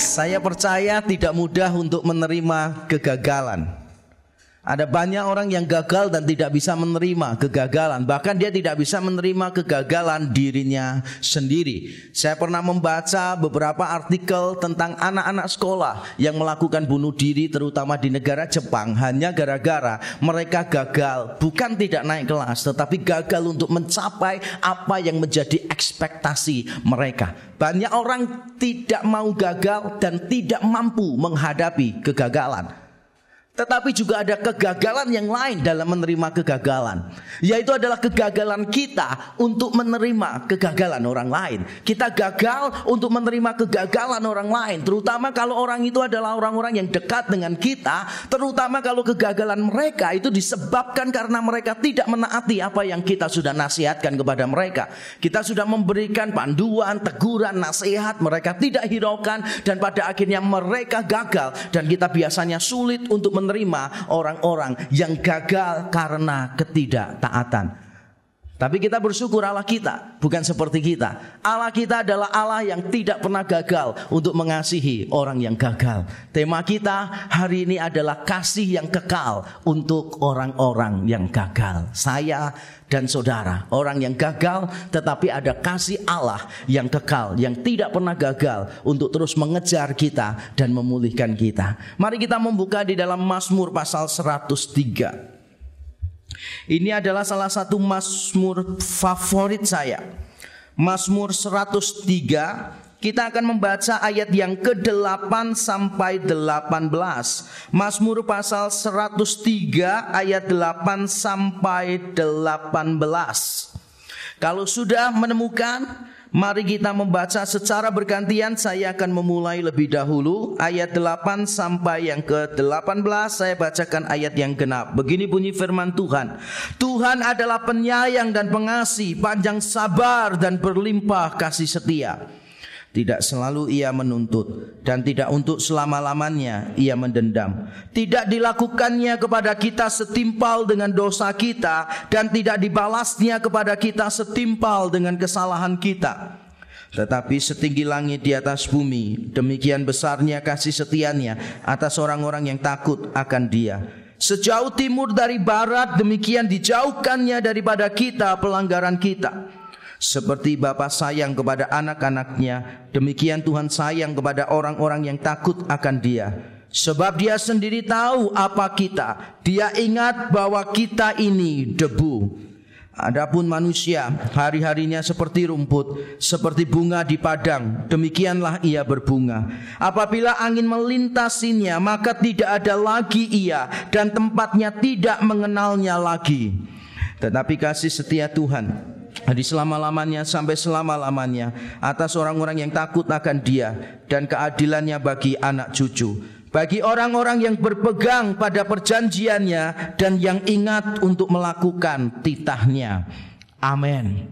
Saya percaya tidak mudah untuk menerima kegagalan. Ada banyak orang yang gagal dan tidak bisa menerima kegagalan. Bahkan dia tidak bisa menerima kegagalan dirinya sendiri. Saya pernah membaca beberapa artikel tentang anak-anak sekolah yang melakukan bunuh diri, terutama di negara Jepang, hanya gara-gara mereka gagal. Bukan tidak naik kelas, tetapi gagal untuk mencapai apa yang menjadi ekspektasi mereka. Banyak orang tidak mau gagal dan tidak mampu menghadapi kegagalan. Tetapi juga ada kegagalan yang lain dalam menerima kegagalan, yaitu adalah kegagalan kita untuk menerima kegagalan orang lain. Kita gagal untuk menerima kegagalan orang lain, terutama kalau orang itu adalah orang-orang yang dekat dengan kita. Terutama kalau kegagalan mereka itu disebabkan karena mereka tidak menaati apa yang kita sudah nasihatkan kepada mereka. Kita sudah memberikan panduan, teguran, nasihat, mereka tidak hiraukan, dan pada akhirnya mereka gagal. Dan kita biasanya sulit untuk menerima orang-orang yang gagal karena ketidaktaatan. Tapi kita bersyukur Allah kita bukan seperti kita. Allah kita adalah Allah yang tidak pernah gagal untuk mengasihi orang yang gagal. Tema kita hari ini adalah kasih yang kekal untuk orang-orang yang gagal. Saya dan saudara, orang yang gagal, tetapi ada kasih Allah yang kekal, yang tidak pernah gagal untuk terus mengejar kita dan memulihkan kita. Mari kita membuka di dalam Mazmur pasal 103. Ini adalah salah satu mazmur favorit saya. Mazmur 103. Kita akan membaca ayat yang ke-8 sampai 18. Mazmur pasal 103 ayat 8 sampai 18. Kalau sudah menemukan, mari kita membaca secara bergantian. Saya akan memulai lebih dahulu ayat 8 sampai yang ke-18. Saya bacakan ayat yang genap. Begini bunyi firman Tuhan. Tuhan adalah penyayang dan pengasih, panjang sabar dan berlimpah kasih setia. Tidak selalu ia menuntut, dan tidak untuk selama-lamanya ia mendendam. Tidak dilakukannya kepada kita setimpal dengan dosa kita, dan tidak dibalasnya kepada kita setimpal dengan kesalahan kita. Tetapi setinggi langit di atas bumi, demikian besarnya kasih setianya atas orang-orang yang takut akan Dia. Sejauh timur dari barat, demikian dijauhkannya daripada kita pelanggaran kita. Seperti Bapa sayang kepada anak-anaknya, demikian Tuhan sayang kepada orang-orang yang takut akan Dia. Sebab Dia sendiri tahu apa kita. Dia ingat bahwa kita ini debu. Adapun manusia, hari-harinya seperti rumput, seperti bunga di padang, demikianlah ia berbunga. Apabila angin melintasinya, maka tidak ada lagi ia, dan tempatnya tidak mengenalnya lagi. Tetapi kasih setia Tuhan di selama-lamanya sampai selama-lamanya atas orang-orang yang takut akan Dia, dan keadilannya bagi anak cucu, bagi orang-orang yang berpegang pada perjanjiannya dan yang ingat untuk melakukan titahnya. Amin.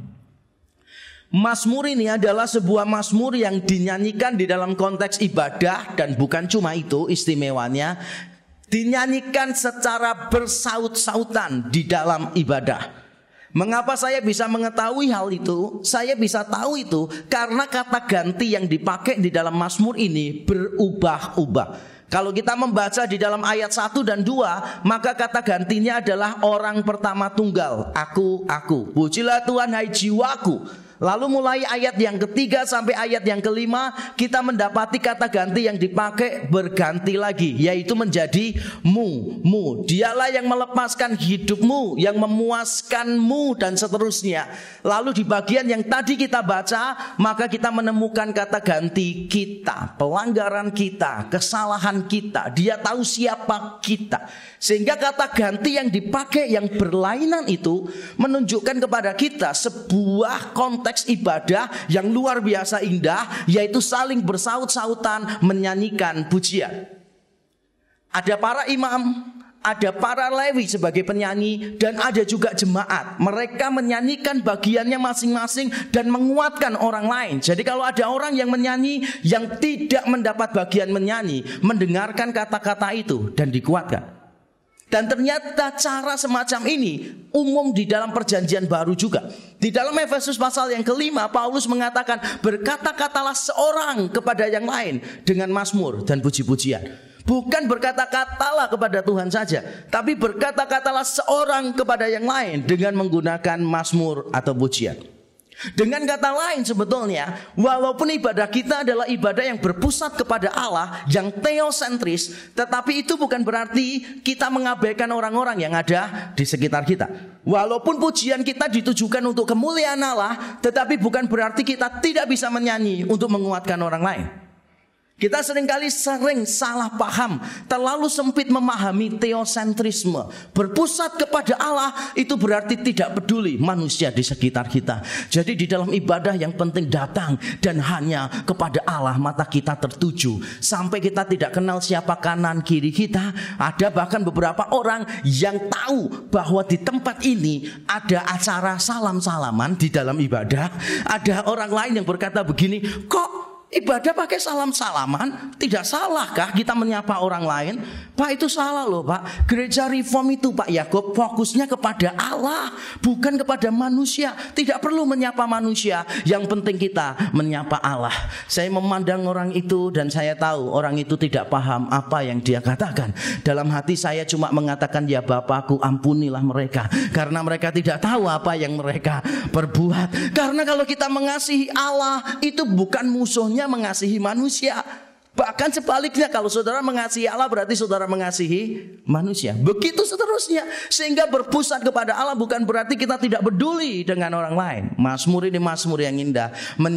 Mazmur ini adalah sebuah mazmur yang dinyanyikan di dalam konteks ibadah, dan bukan cuma itu istimewanya, dinyanyikan secara bersaut-sautan di dalam ibadah. Mengapa saya bisa mengetahui hal itu? Saya bisa tahu itu karena kata ganti yang dipakai di dalam mazmur ini berubah-ubah. Kalau kita membaca di dalam ayat 1 dan 2, maka kata gantinya adalah orang pertama tunggal, aku. Pujilah Tuhan hai jiwaku. Lalu mulai ayat yang ketiga sampai ayat yang kelima, kita mendapati kata ganti yang dipakai berganti lagi, yaitu menjadi mu. Dialah yang melepaskan hidupmu, yang memuaskanmu, dan seterusnya. Lalu di bagian yang tadi kita baca, maka kita menemukan kata ganti kita, pelanggaran kita, kesalahan kita. Dia tahu siapa kita. Sehingga kata ganti yang dipakai yang berlainan itu menunjukkan kepada kita sebuah konteks ibadah yang luar biasa indah, yaitu saling bersaut-sautan menyanyikan pujian. Ada para imam, ada para lewi sebagai penyanyi, dan ada juga jemaat. Mereka menyanyikan bagiannya masing-masing dan menguatkan orang lain. Jadi kalau ada orang yang menyanyi yang tidak mendapat bagian menyanyi, mendengarkan kata-kata itu dan dikuatkan. Dan ternyata cara semacam ini umum di dalam perjanjian baru juga. Di dalam Efesus pasal yang ke-5, Paulus mengatakan, berkata-katalah seorang kepada yang lain dengan mazmur dan puji-pujian. Bukan berkata-katalah kepada Tuhan saja, tapi berkata-katalah seorang kepada yang lain dengan menggunakan mazmur atau pujian. Dengan kata lain sebetulnya, walaupun ibadah kita adalah ibadah yang berpusat kepada Allah, yang teosentris, tetapi itu bukan berarti kita mengabaikan orang-orang yang ada di sekitar kita. Walaupun pujian kita ditujukan untuk kemuliaan Allah, tetapi bukan berarti kita tidak bisa menyanyi untuk menguatkan orang lain. Kita seringkali salah paham, terlalu sempit memahami teosentrisme. Berpusat kepada Allah itu berarti tidak peduli manusia di sekitar kita. Jadi di dalam ibadah yang penting datang dan hanya kepada Allah mata kita tertuju. Sampai kita tidak kenal siapa kanan kiri kita. Ada bahkan beberapa orang yang tahu bahwa di tempat ini ada acara salam-salaman di dalam ibadah. Ada orang lain yang berkata begini, kok ibadah pakai salam-salaman? Tidak salahkah kita menyapa orang lain? Pak, itu salah loh Pak. Gereja Reform itu Pak Yakob fokusnya kepada Allah, bukan kepada manusia. Tidak perlu menyapa manusia, yang penting kita menyapa Allah. Saya memandang orang itu dan saya tahu orang itu tidak paham apa yang dia katakan. Dalam hati saya cuma mengatakan, ya Bapakku ampunilah mereka, karena mereka tidak tahu apa yang mereka perbuat. Karena kalau kita mengasihi Allah, itu bukan musuhnya mengasihi manusia. Bahkan sebaliknya, kalau saudara mengasihi Allah berarti saudara mengasihi manusia. Begitu seterusnya. Sehingga berpusat kepada Allah bukan berarti kita tidak peduli dengan orang lain. Mazmur ini mazmur yang indah.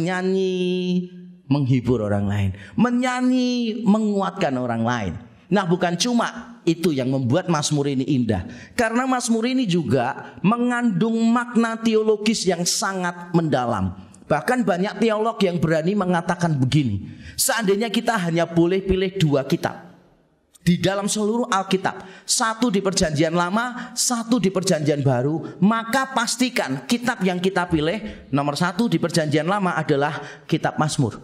Menyanyi menghibur orang lain, menyanyi menguatkan orang lain. Nah, bukan cuma itu yang membuat mazmur ini indah, karena mazmur ini juga mengandung makna teologis yang sangat mendalam. Bahkan banyak teolog yang berani mengatakan begini, seandainya kita hanya boleh pilih 2 kitab di dalam seluruh Alkitab, satu di perjanjian lama, satu di perjanjian baru, maka pastikan kitab yang kita pilih nomor 1 di perjanjian lama adalah kitab Mazmur.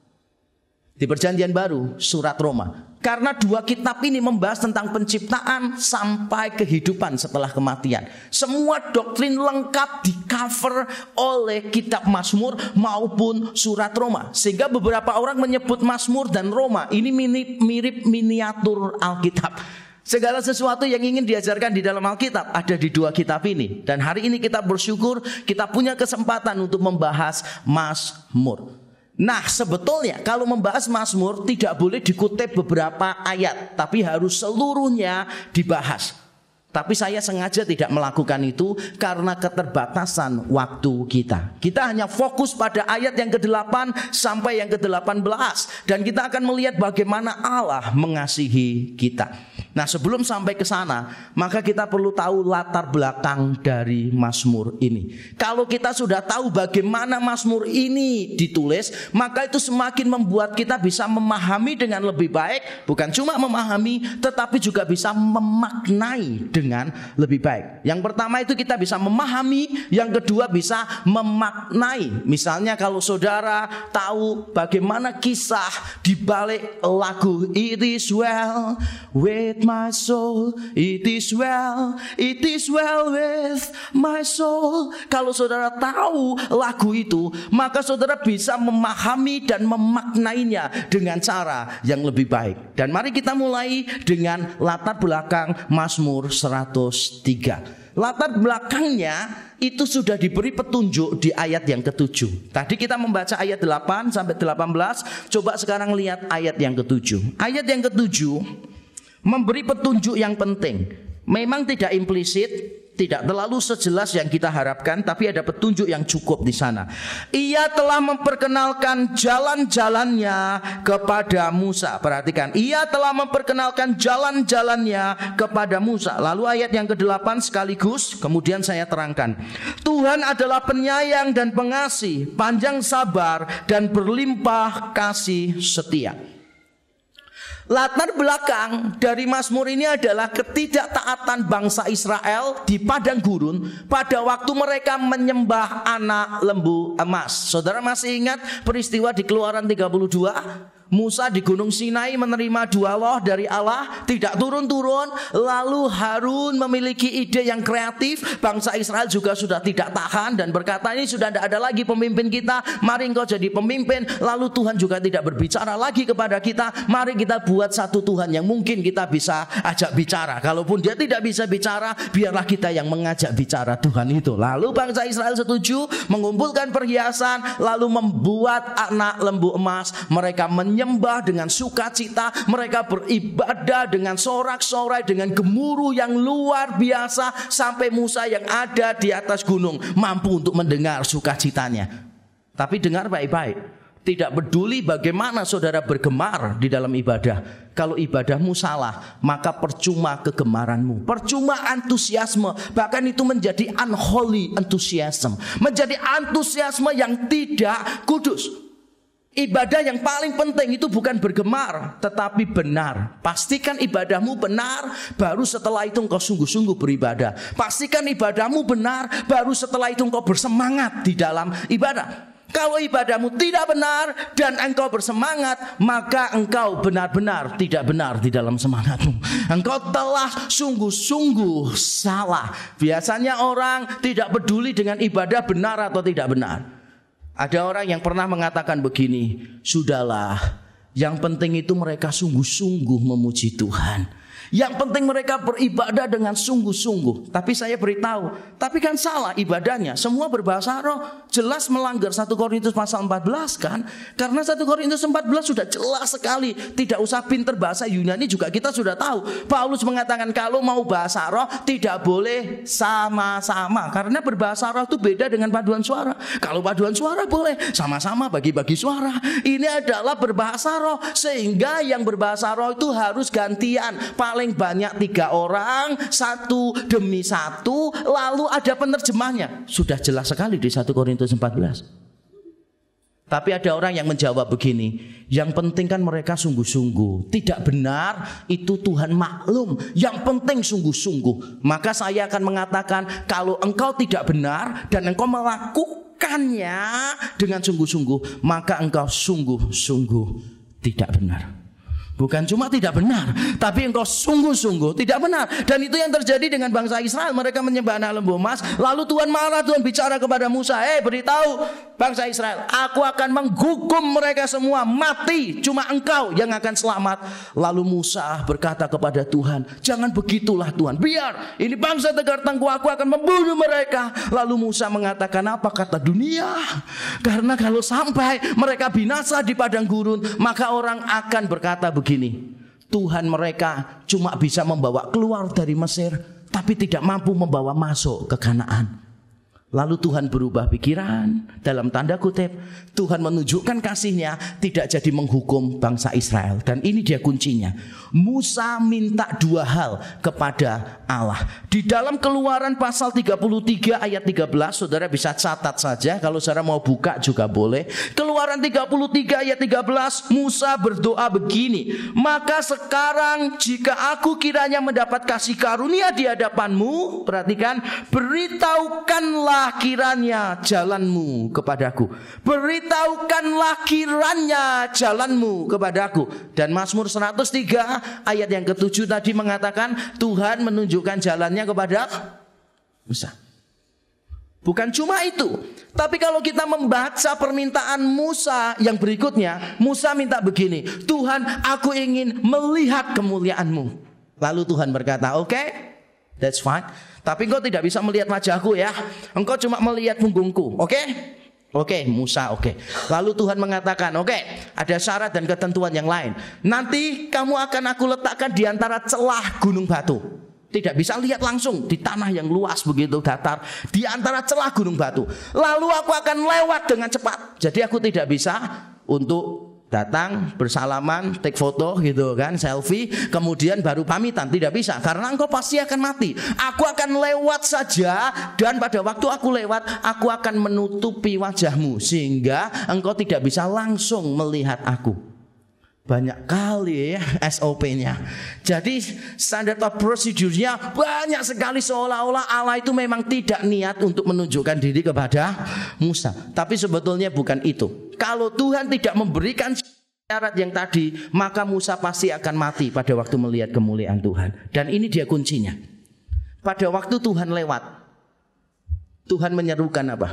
Di perjanjian baru surat Roma. Karena 2 kitab ini membahas tentang penciptaan sampai kehidupan setelah kematian. Semua doktrin lengkap di cover oleh kitab Mazmur maupun surat Roma. Sehingga beberapa orang menyebut Mazmur dan Roma ini mirip miniatur Alkitab. Segala sesuatu yang ingin diajarkan di dalam Alkitab ada di 2 kitab ini. Dan hari ini kita bersyukur kita punya kesempatan untuk membahas Mazmur. Nah, sebetulnya kalau membahas Mazmur tidak boleh dikutip beberapa ayat, tapi harus seluruhnya dibahas. Tapi saya sengaja tidak melakukan itu karena keterbatasan waktu kita. Kita hanya fokus pada ayat yang ke-8 sampai yang ke-18. Dan kita akan melihat bagaimana Allah mengasihi kita. Nah, sebelum sampai ke sana, maka kita perlu tahu latar belakang dari Mazmur ini. Kalau kita sudah tahu bagaimana Mazmur ini ditulis, maka itu semakin membuat kita bisa memahami dengan lebih baik. Bukan cuma memahami, tetapi juga bisa memaknai dengan lebih baik. Yang pertama itu kita bisa memahami, yang kedua bisa memaknai. Misalnya kalau saudara tahu bagaimana kisah di balik lagu It is well with my soul, it is well with my soul. Kalau saudara tahu lagu itu, maka saudara bisa memahami dan memaknainya dengan cara yang lebih baik. Dan mari kita mulai dengan latar belakang Mazmur 103. Latar belakangnya itu sudah diberi petunjuk di ayat yang ke-7. Tadi kita membaca ayat 8 sampai 18. Coba sekarang lihat ayat yang ke-7. Ayat yang ke-7 memberi petunjuk yang penting. Memang tidak implisit, tidak terlalu sejelas yang kita harapkan, tapi ada petunjuk yang cukup di sana. Ia telah memperkenalkan jalan-jalannya kepada Musa. Perhatikan, ia telah memperkenalkan jalan-jalannya kepada Musa. Lalu ayat yang ke-8 sekaligus, kemudian saya terangkan. Tuhan adalah penyayang dan pengasih, panjang sabar dan berlimpah kasih setia. Latar belakang dari Mazmur ini adalah ketidaktaatan bangsa Israel di padang gurun pada waktu mereka menyembah anak lembu emas. Saudara masih ingat peristiwa di Keluaran 32? Musa di Gunung Sinai menerima 2 loh dari Allah, tidak turun-turun. Lalu Harun memiliki ide yang kreatif. Bangsa Israel juga sudah tidak tahan dan berkata, ini sudah tidak ada lagi pemimpin kita, mari engkau jadi pemimpin. Lalu Tuhan juga tidak berbicara lagi kepada kita, mari kita buat satu Tuhan yang mungkin kita bisa ajak bicara. Kalaupun dia tidak bisa bicara, biarlah kita yang mengajak bicara Tuhan itu. Lalu bangsa Israel setuju, mengumpulkan perhiasan, lalu membuat anak lembu emas. Mereka menyembah dengan sukacita, mereka beribadah dengan sorak-sorai, dengan gemuruh yang luar biasa, sampai Musa yang ada di atas gunung mampu untuk mendengar sukacitanya. Tapi dengar baik-baik, tidak peduli bagaimana saudara bergemar di dalam ibadah, kalau ibadahmu salah, maka percuma kegemaranmu, percuma antusiasme. Bahkan itu menjadi unholy enthusiasm, menjadi antusiasme yang tidak kudus. Ibadah yang paling penting itu bukan bergemar, tetapi benar. Pastikan ibadahmu benar, baru setelah itu engkau sungguh-sungguh beribadah. Pastikan ibadahmu benar, baru setelah itu engkau bersemangat di dalam ibadah. Kalau ibadahmu tidak benar dan engkau bersemangat, maka engkau benar-benar tidak benar di dalam semangatmu. Engkau telah sungguh-sungguh salah. Biasanya orang tidak peduli dengan ibadah benar atau tidak benar. Ada orang yang pernah mengatakan begini, sudahlah, yang penting itu mereka sungguh-sungguh memuji Tuhan. Yang penting mereka beribadah dengan sungguh-sungguh. Tapi saya beritahu, tapi kan salah ibadahnya. Semua berbahasa roh, jelas melanggar 1 Korintus pasal 14 kan. Karena 1 Korintus 14 sudah jelas sekali. Tidak usah pinter bahasa Yunani juga kita sudah tahu. Paulus mengatakan kalau mau bahasa roh tidak boleh sama-sama. Karena berbahasa roh itu beda dengan paduan suara. Kalau paduan suara boleh sama-sama bagi-bagi suara. Ini adalah berbahasa roh. Sehingga yang berbahasa roh itu harus gantian. Paling banyak 3 orang, 1 demi 1, lalu ada penerjemahnya. Sudah jelas sekali di 1 Korintus 14. Tapi ada orang yang menjawab begini, yang penting kan mereka sungguh-sungguh. Tidak benar, itu Tuhan maklum. Yang penting sungguh-sungguh. Maka saya akan mengatakan, kalau engkau tidak benar dan engkau melakukannya dengan sungguh-sungguh, maka engkau sungguh-sungguh tidak benar. Bukan cuma tidak benar, tapi engkau sungguh-sungguh tidak benar. Dan itu yang terjadi dengan bangsa Israel. Mereka menyembah anak lembu emas. Lalu Tuhan marah, Tuhan bicara kepada Musa, beritahu bangsa Israel, aku akan menghukum mereka semua mati, cuma engkau yang akan selamat. Lalu Musa berkata kepada Tuhan, jangan begitulah Tuhan, biar ini bangsa tegar tengku, aku akan membunuh mereka. Lalu Musa mengatakan, apa kata dunia? Karena kalau sampai mereka binasa di padang gurun, maka orang akan berkata begini, Tuhan mereka cuma bisa membawa keluar dari Mesir, tapi tidak mampu membawa masuk ke Kanaan. Lalu Tuhan berubah pikiran, dalam tanda kutip, Tuhan menunjukkan kasih-Nya, tidak jadi menghukum bangsa Israel. Dan ini dia kuncinya. Musa minta 2 hal kepada Allah. Di dalam Keluaran pasal 33 ayat 13, saudara bisa catat saja, kalau saudara mau buka juga boleh. Keluaran 33 ayat 13, Musa berdoa begini, maka sekarang jika aku kiranya mendapat kasih karunia di hadapanmu, perhatikan, beritahukanlah kiranya jalanmu kepadaku. Beritahukanlah kiranya jalanmu kepadaku. Dan Mazmur 103 ayat yang ke-7 tadi mengatakan Tuhan menunjukkan jalannya kepada Musa. Bukan cuma itu, tapi kalau kita membaca permintaan Musa yang berikutnya, Musa minta begini, Tuhan, aku ingin melihat kemuliaan-Mu. Lalu Tuhan berkata, oke, that's fine. Tapi engkau tidak bisa melihat wajahku ya. Engkau cuma melihat punggungku. Oke, Musa, oke. Lalu Tuhan mengatakan, oke, ada syarat dan ketentuan yang lain. Nanti kamu akan aku letakkan di antara celah gunung batu. Tidak bisa lihat langsung di tanah yang luas begitu datar, di antara celah gunung batu. Lalu aku akan lewat dengan cepat. Jadi aku tidak bisa untuk datang, bersalaman, take foto gitu kan, selfie, kemudian baru pamitan. Tidak bisa, karena engkau pasti akan mati. Aku akan lewat saja, dan pada waktu aku lewat, aku akan menutupi wajahmu, sehingga engkau tidak bisa langsung melihat aku. Banyak kali ya SOP-nya. Jadi standard of procedure-nya banyak sekali, seolah-olah Allah itu memang tidak niat untuk menunjukkan diri kepada Musa. Tapi sebetulnya bukan itu. Kalau Tuhan tidak memberikan syarat yang tadi, maka Musa pasti akan mati pada waktu melihat kemuliaan Tuhan. Dan ini dia kuncinya. Pada waktu Tuhan lewat, Tuhan menyerukan apa?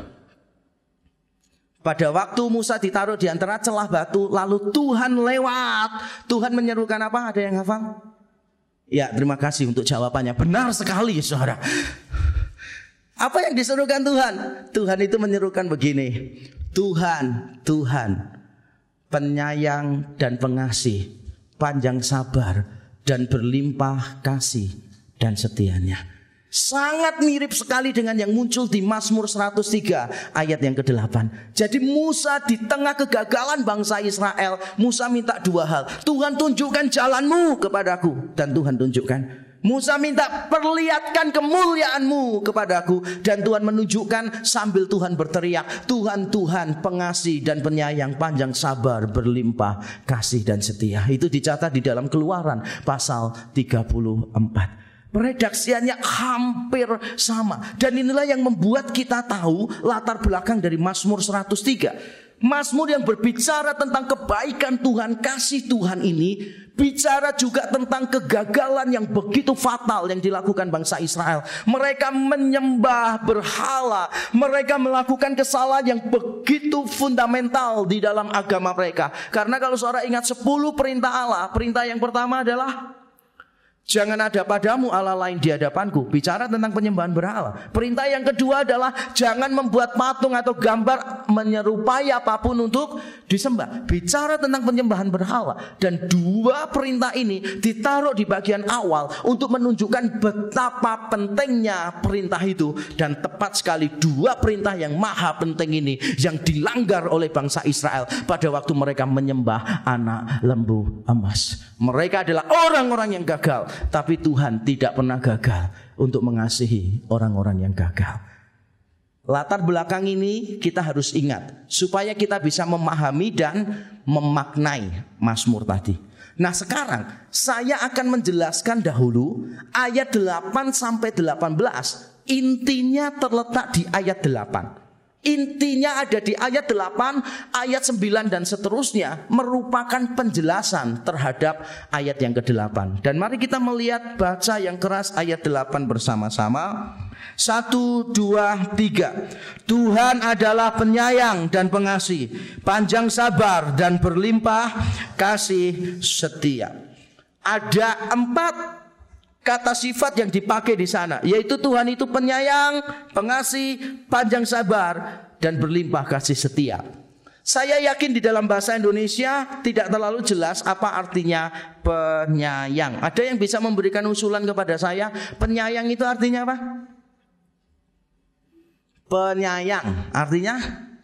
Pada waktu Musa ditaruh di antara celah batu, lalu Tuhan lewat, Tuhan menyerukan apa? Ada yang hafal? Ya, terima kasih untuk jawabannya. Benar sekali, saudara. Apa yang diserukan Tuhan? Tuhan itu menyerukan begini. Tuhan, penyayang dan pengasih, panjang sabar dan berlimpah kasih dan setianya. Sangat mirip sekali dengan yang muncul di Mazmur 103 ayat yang ke-8. Jadi Musa di tengah kegagalan bangsa Israel, Musa minta dua hal. Tuhan, tunjukkan jalanmu kepadaku. Dan Tuhan tunjukkan. Musa minta, perlihatkan kemuliaan-Mu kepadaku. Dan Tuhan menunjukkan sambil Tuhan berteriak, Tuhan, Tuhan, pengasih dan penyayang, panjang sabar, berlimpah kasih dan setia. Itu dicatat di dalam Keluaran pasal 34. Redaksiannya hampir sama. Dan inilah yang membuat kita tahu latar belakang dari Mazmur 103. Mazmur yang berbicara tentang kebaikan Tuhan, kasih Tuhan ini, bicara juga tentang kegagalan yang begitu fatal yang dilakukan bangsa Israel. Mereka menyembah berhala, mereka melakukan kesalahan yang begitu fundamental di dalam agama mereka. Karena kalau saudara ingat 10 perintah Allah, perintah yang pertama adalah jangan ada padamu Allah lain di hadapanku. Bicara tentang penyembahan berhala. Perintah yang kedua adalah jangan membuat patung atau gambar menyerupai apapun untuk disembah. Bicara tentang penyembahan berhala. Dan dua perintah ini ditaruh di bagian awal untuk menunjukkan betapa pentingnya perintah itu. Dan tepat sekali dua perintah yang maha penting ini yang dilanggar oleh bangsa Israel pada waktu mereka menyembah anak lembu emas. Mereka adalah orang-orang yang gagal. Tapi Tuhan tidak pernah gagal untuk mengasihi orang-orang yang gagal. Latar belakang ini kita harus ingat supaya kita bisa memahami dan memaknai Mazmur tadi. Nah, sekarang saya akan menjelaskan dahulu ayat 8 sampai 18. Intinya terletak di ayat 8. Intinya ada di ayat 8, ayat 9 dan seterusnya merupakan penjelasan terhadap ayat yang ke-8. Dan mari kita melihat, baca yang keras ayat 8 bersama-sama. 1, 2, 3. Tuhan adalah penyayang dan pengasih, panjang sabar dan berlimpah kasih setia. Ada 4 kata sifat yang dipakai di sana, yaitu Tuhan itu penyayang, pengasih, panjang sabar, dan berlimpah kasih setia. Saya yakin di dalam bahasa Indonesia tidak terlalu jelas apa artinya penyayang. Ada yang bisa memberikan usulan kepada saya? Penyayang itu artinya apa? Penyayang artinya?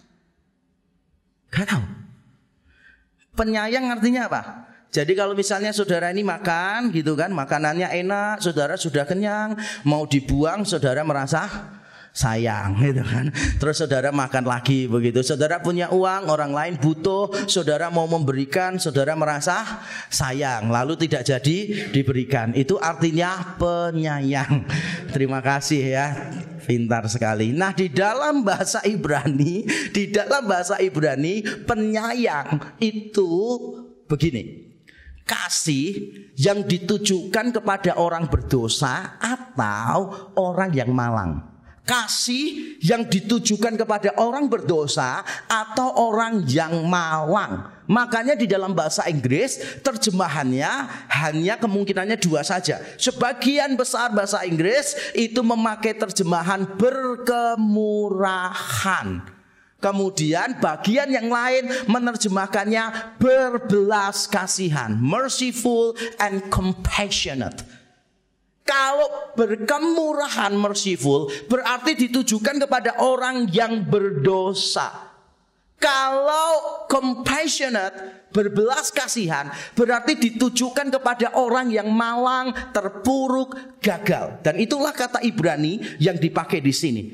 Gak tahu. Penyayang artinya apa? Jadi kalau misalnya saudara ini makan gitu kan, makanannya enak, saudara sudah kenyang, mau dibuang saudara merasa sayang gitu kan. Terus saudara makan lagi begitu. Saudara punya uang, orang lain butuh, saudara mau memberikan, saudara merasa sayang, lalu tidak jadi diberikan. Itu artinya penyayang. Terima kasih ya. Pintar sekali. Nah, di dalam bahasa Ibrani, penyayang itu begini. Kasih yang ditujukan kepada orang berdosa atau orang yang malang. Kasih yang ditujukan kepada orang berdosa atau orang yang malang. Makanya di dalam bahasa Inggris terjemahannya hanya kemungkinannya 2 saja. Sebagian besar bahasa Inggris itu memakai terjemahan berkemurahan. Kemudian bagian yang lain menerjemahkannya berbelas kasihan, merciful and compassionate. Kalau berkemurahan, merciful, berarti ditujukan kepada orang yang berdosa. Kalau compassionate, berbelas kasihan, berarti ditujukan kepada orang yang malang, terpuruk, gagal. Dan itulah kata Ibrani yang dipakai di sini.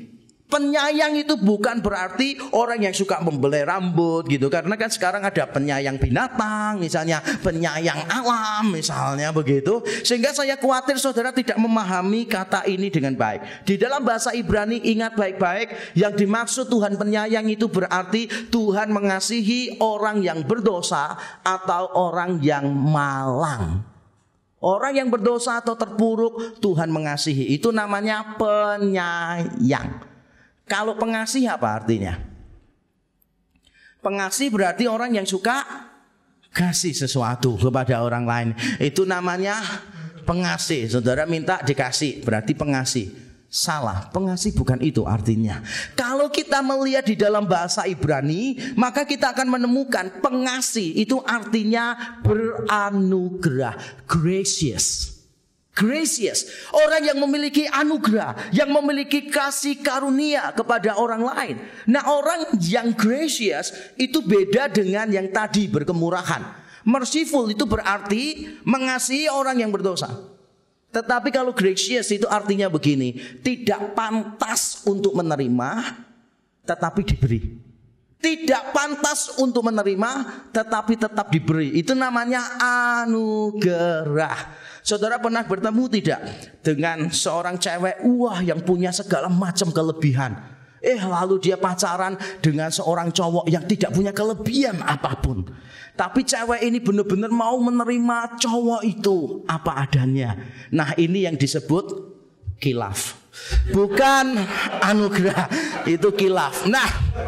Penyayang itu bukan berarti orang yang suka membelai rambut gitu. Karena kan sekarang ada penyayang binatang, misalnya penyayang alam, misalnya begitu. Sehingga saya khawatir saudara tidak memahami kata ini dengan baik. Di dalam bahasa Ibrani, ingat baik-baik, yang dimaksud Tuhan penyayang itu berarti Tuhan mengasihi orang yang berdosa atau orang yang malang. Orang yang berdosa atau terpuruk Tuhan mengasihi. Itu namanya penyayang. Kalau pengasih apa artinya? Pengasih berarti orang yang suka kasih sesuatu kepada orang lain. Itu namanya pengasih. Saudara minta dikasih, berarti pengasih. Salah, pengasih bukan itu artinya. Kalau kita melihat di dalam bahasa Ibrani, maka kita akan menemukan pengasih itu artinya beranugerah, gracious. Gracious, orang yang memiliki anugerah, yang memiliki kasih karunia kepada orang lain. Nah, orang yang gracious itu beda dengan yang tadi berkemurahan. Merciful itu berarti mengasihi orang yang berdosa. Tetapi kalau gracious itu artinya begini, tidak pantas untuk menerima tetapi diberi. Tidak pantas untuk menerima tetapi tetap diberi. Itu namanya anugerah. Saudara pernah bertemu tidak dengan seorang cewek yang punya segala macam kelebihan, lalu dia pacaran dengan seorang cowok yang tidak punya kelebihan apapun. Tapi cewek ini benar-benar mau menerima cowok itu apa adanya. Nah, ini yang disebut khilaf. Bukan anugerah, itu khilaf. Nah,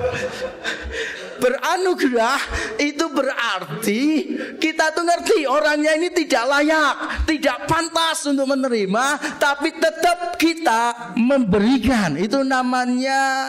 beranugerah itu berarti kita tuh ngerti orangnya ini tidak layak, tidak pantas untuk menerima, tapi tetap kita memberikan. Itu namanya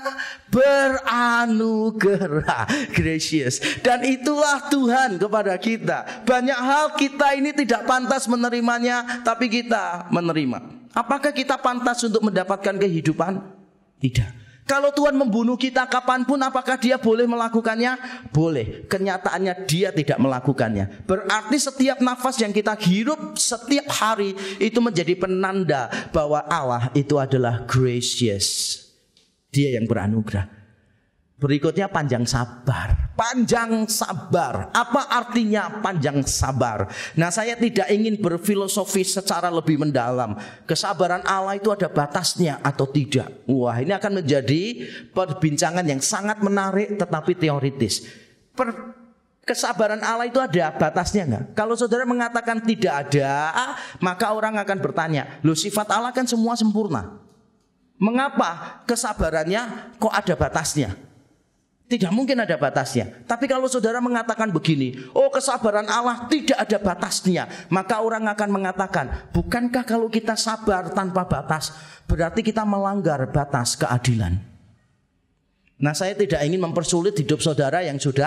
beranugerah, gracious. Dan itulah Tuhan kepada kita. Banyak hal kita ini tidak pantas menerimanya, tapi kita menerima. Apakah kita pantas untuk mendapatkan kehidupan? Tidak. Kalau Tuhan membunuh kita kapanpun, apakah dia boleh melakukannya? Boleh. Kenyataannya dia tidak melakukannya. Berarti setiap nafas yang kita hirup setiap hari itu menjadi penanda bahwa Allah itu adalah gracious. Dia yang beranugerah. Berikutnya panjang sabar. Panjang sabar. Apa artinya panjang sabar? Nah, saya tidak ingin berfilosofi secara lebih mendalam. Kesabaran Allah itu ada batasnya atau tidak? Wah, ini akan menjadi perbincangan yang sangat menarik tetapi teoritis. Kesabaran Allah itu ada batasnya enggak? Kalau saudara mengatakan tidak ada, maka orang akan bertanya, loh, sifat Allah kan semua sempurna. Mengapa kesabarannya kok ada batasnya? Tidak mungkin ada batasnya. Tapi kalau saudara mengatakan begini, kesabaran Allah tidak ada batasnya, maka orang akan mengatakan, bukankah kalau kita sabar tanpa batas, berarti kita melanggar batas keadilan? Nah, saya tidak ingin mempersulit hidup saudara yang sudah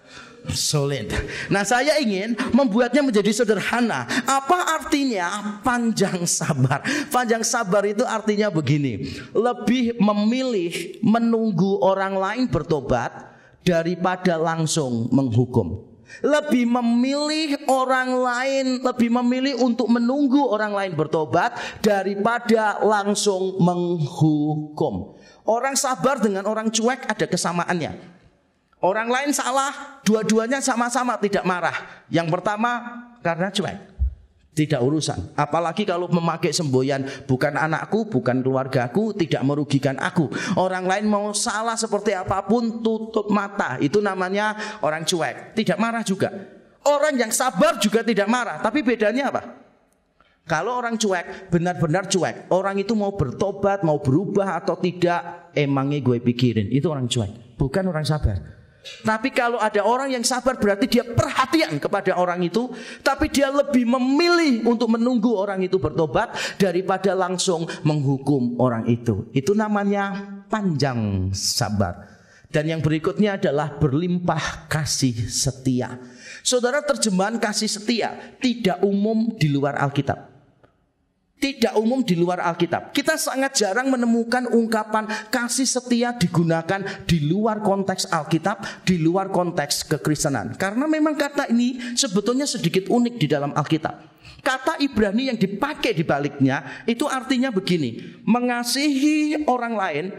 sulit. Nah, saya ingin membuatnya menjadi sederhana. Apa artinya panjang sabar? Panjang sabar itu artinya begini, lebih memilih menunggu orang lain bertobat daripada langsung menghukum. Lebih memilih orang lain, lebih memilih untuk menunggu orang lain bertobat daripada langsung menghukum. Orang sabar dengan orang cuek ada kesamaannya. Orang lain salah, dua-duanya sama-sama tidak marah. Yang pertama karena cuek, tidak urusan. Apalagi kalau memakai semboyan, bukan anakku, bukan keluargaku, tidak merugikan aku. Orang lain mau salah seperti apapun, tutup mata. Itu namanya orang cuek, tidak marah juga. Orang yang sabar juga tidak marah. Tapi bedanya apa? Kalau orang cuek, benar-benar cuek, orang itu mau bertobat, mau berubah atau tidak, emangnya gue pikirin. Itu orang cuek, bukan orang sabar. Tapi kalau ada orang yang sabar, berarti dia perhatian kepada orang itu, tapi dia lebih memilih untuk menunggu orang itu bertobat daripada langsung menghukum orang itu. Itu namanya panjang sabar. Dan yang berikutnya adalah berlimpah kasih setia. Saudara, terjemahan kasih setia tidak umum di luar Alkitab. Tidak umum di luar Alkitab. Kita sangat jarang menemukan ungkapan kasih setia digunakan di luar konteks Alkitab, di luar konteks kekristenan. Karena memang kata ini sebetulnya sedikit unik di dalam Alkitab. Kata Ibrani yang dipakai di baliknya itu artinya begini, mengasihi orang lain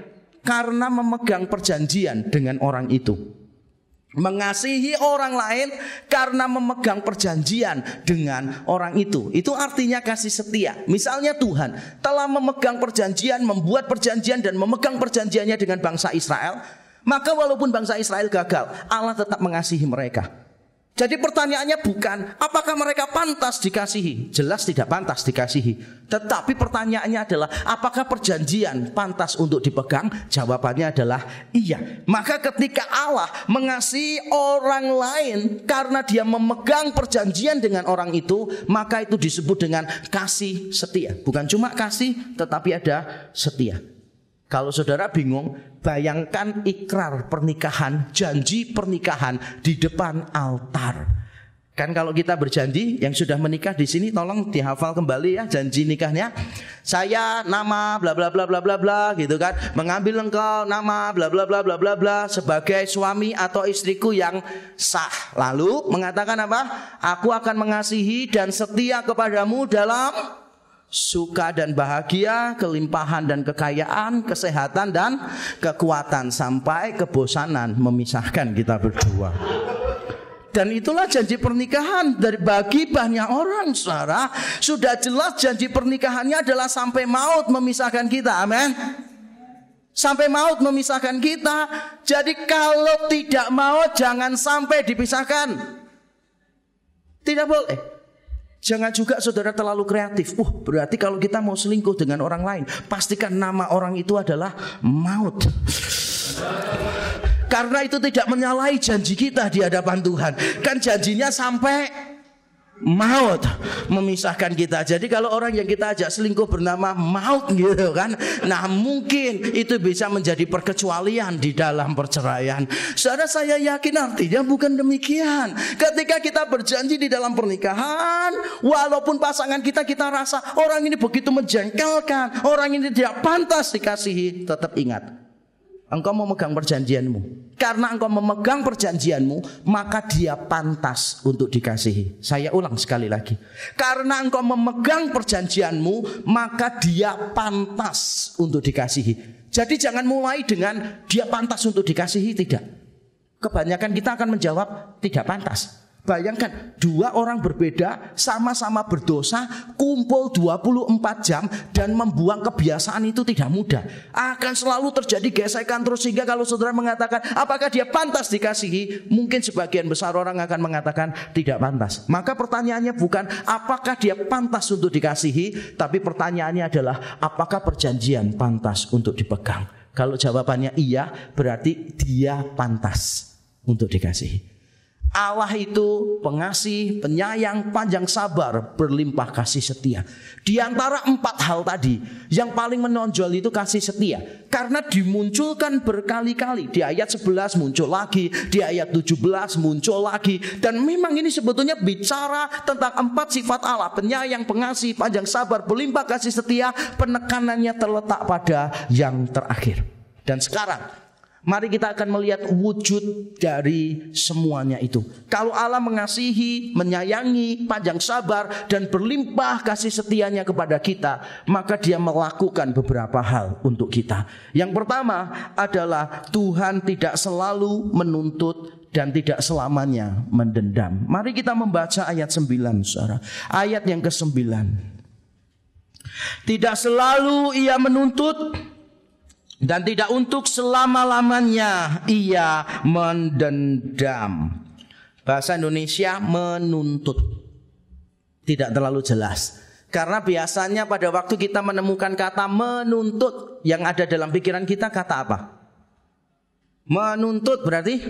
karena memegang perjanjian dengan orang itu. Mengasihi orang lain karena memegang perjanjian dengan orang itu. Itu artinya kasih setia. Misalnya Tuhan telah memegang perjanjian, membuat perjanjian dan memegang perjanjiannya dengan bangsa Israel, maka walaupun bangsa Israel gagal, Allah tetap mengasihi mereka. Jadi pertanyaannya bukan apakah mereka pantas dikasihi. Jelas tidak pantas dikasihi. Tetapi pertanyaannya adalah apakah perjanjian pantas untuk dipegang? Jawabannya adalah iya. Maka ketika Allah mengasihi orang lain karena dia memegang perjanjian dengan orang itu, maka itu disebut dengan kasih setia. Bukan cuma kasih, tetapi ada setia. Kalau saudara bingung, bayangkan ikrar pernikahan, janji pernikahan di depan altar. Kan kalau kita berjanji, yang sudah menikah di sini tolong dihafal kembali ya janji nikahnya. Saya nama bla bla bla bla bla bla gitu kan, mengambil engkau nama bla bla bla bla bla bla sebagai suami atau istriku yang sah. Lalu mengatakan apa? Aku akan mengasihi dan setia kepadamu dalam suka dan bahagia, kelimpahan dan kekayaan, kesehatan dan kekuatan, sampai kebosanan memisahkan kita berdua. Dan itulah janji pernikahan dari bagi banyak orang, saudara. Sudah jelas janji pernikahannya adalah sampai maut memisahkan kita. Amin. Sampai maut memisahkan kita. Jadi kalau tidak maut jangan sampai dipisahkan. Tidak boleh. Jangan juga saudara terlalu kreatif. Berarti kalau kita mau selingkuh dengan orang lain, pastikan nama orang itu adalah maut. Karena itu tidak menyalahi janji kita di hadapan Tuhan. Kan janjinya sampai maut memisahkan kita. Jadi kalau orang yang kita ajak selingkuh bernama maut gitu kan, nah mungkin itu bisa menjadi perkecualian di dalam perceraian. Saudara, saya yakin artinya bukan demikian. Ketika kita berjanji di dalam pernikahan, walaupun pasangan kita rasa orang ini begitu menjengkelkan, orang ini tidak pantas dikasihi, tetap ingat, engkau memegang perjanjianmu. Karena engkau memegang perjanjianmu, maka dia pantas untuk dikasihi. Saya ulang sekali lagi. Karena engkau memegang perjanjianmu, maka dia pantas untuk dikasihi. Jadi jangan mulai dengan dia pantas untuk dikasihi, tidak. Kebanyakan kita akan menjawab tidak pantas. Bayangkan, dua orang berbeda sama-sama berdosa, kumpul 24 jam dan membuang kebiasaan itu tidak mudah. Akan selalu terjadi gesekan terus, sehingga kalau saudara mengatakan apakah dia pantas dikasihi, mungkin sebagian besar orang akan mengatakan tidak pantas. Maka pertanyaannya bukan apakah dia pantas untuk dikasihi, tapi pertanyaannya adalah apakah perjanjian pantas untuk dipegang. Kalau jawabannya iya, berarti dia pantas untuk dikasihi. Allah itu pengasih, penyayang, panjang sabar, berlimpah kasih setia. Di antara 4 hal tadi, yang paling menonjol itu kasih setia. Karena dimunculkan berkali-kali. Di ayat 11 muncul lagi, di ayat 17 muncul lagi. Dan memang ini sebetulnya bicara tentang 4 sifat Allah. Penyayang, pengasih, panjang sabar, berlimpah kasih setia. Penekanannya terletak pada yang terakhir. Dan sekarang mari kita akan melihat wujud dari semuanya itu. Kalau Allah mengasihi, menyayangi, panjang sabar, dan berlimpah kasih setianya kepada kita, maka dia melakukan beberapa hal untuk kita. Yang pertama adalah Tuhan tidak selalu menuntut dan tidak selamanya mendendam. Mari kita membaca ayat 9, saudara. Ayat yang ke-9. Tidak selalu ia menuntut dan tidak untuk selama-lamanya ia mendendam. Bahasa Indonesia menuntut tidak terlalu jelas. Karena biasanya pada waktu kita menemukan kata menuntut, yang ada dalam pikiran kita kata apa? Menuntut berarti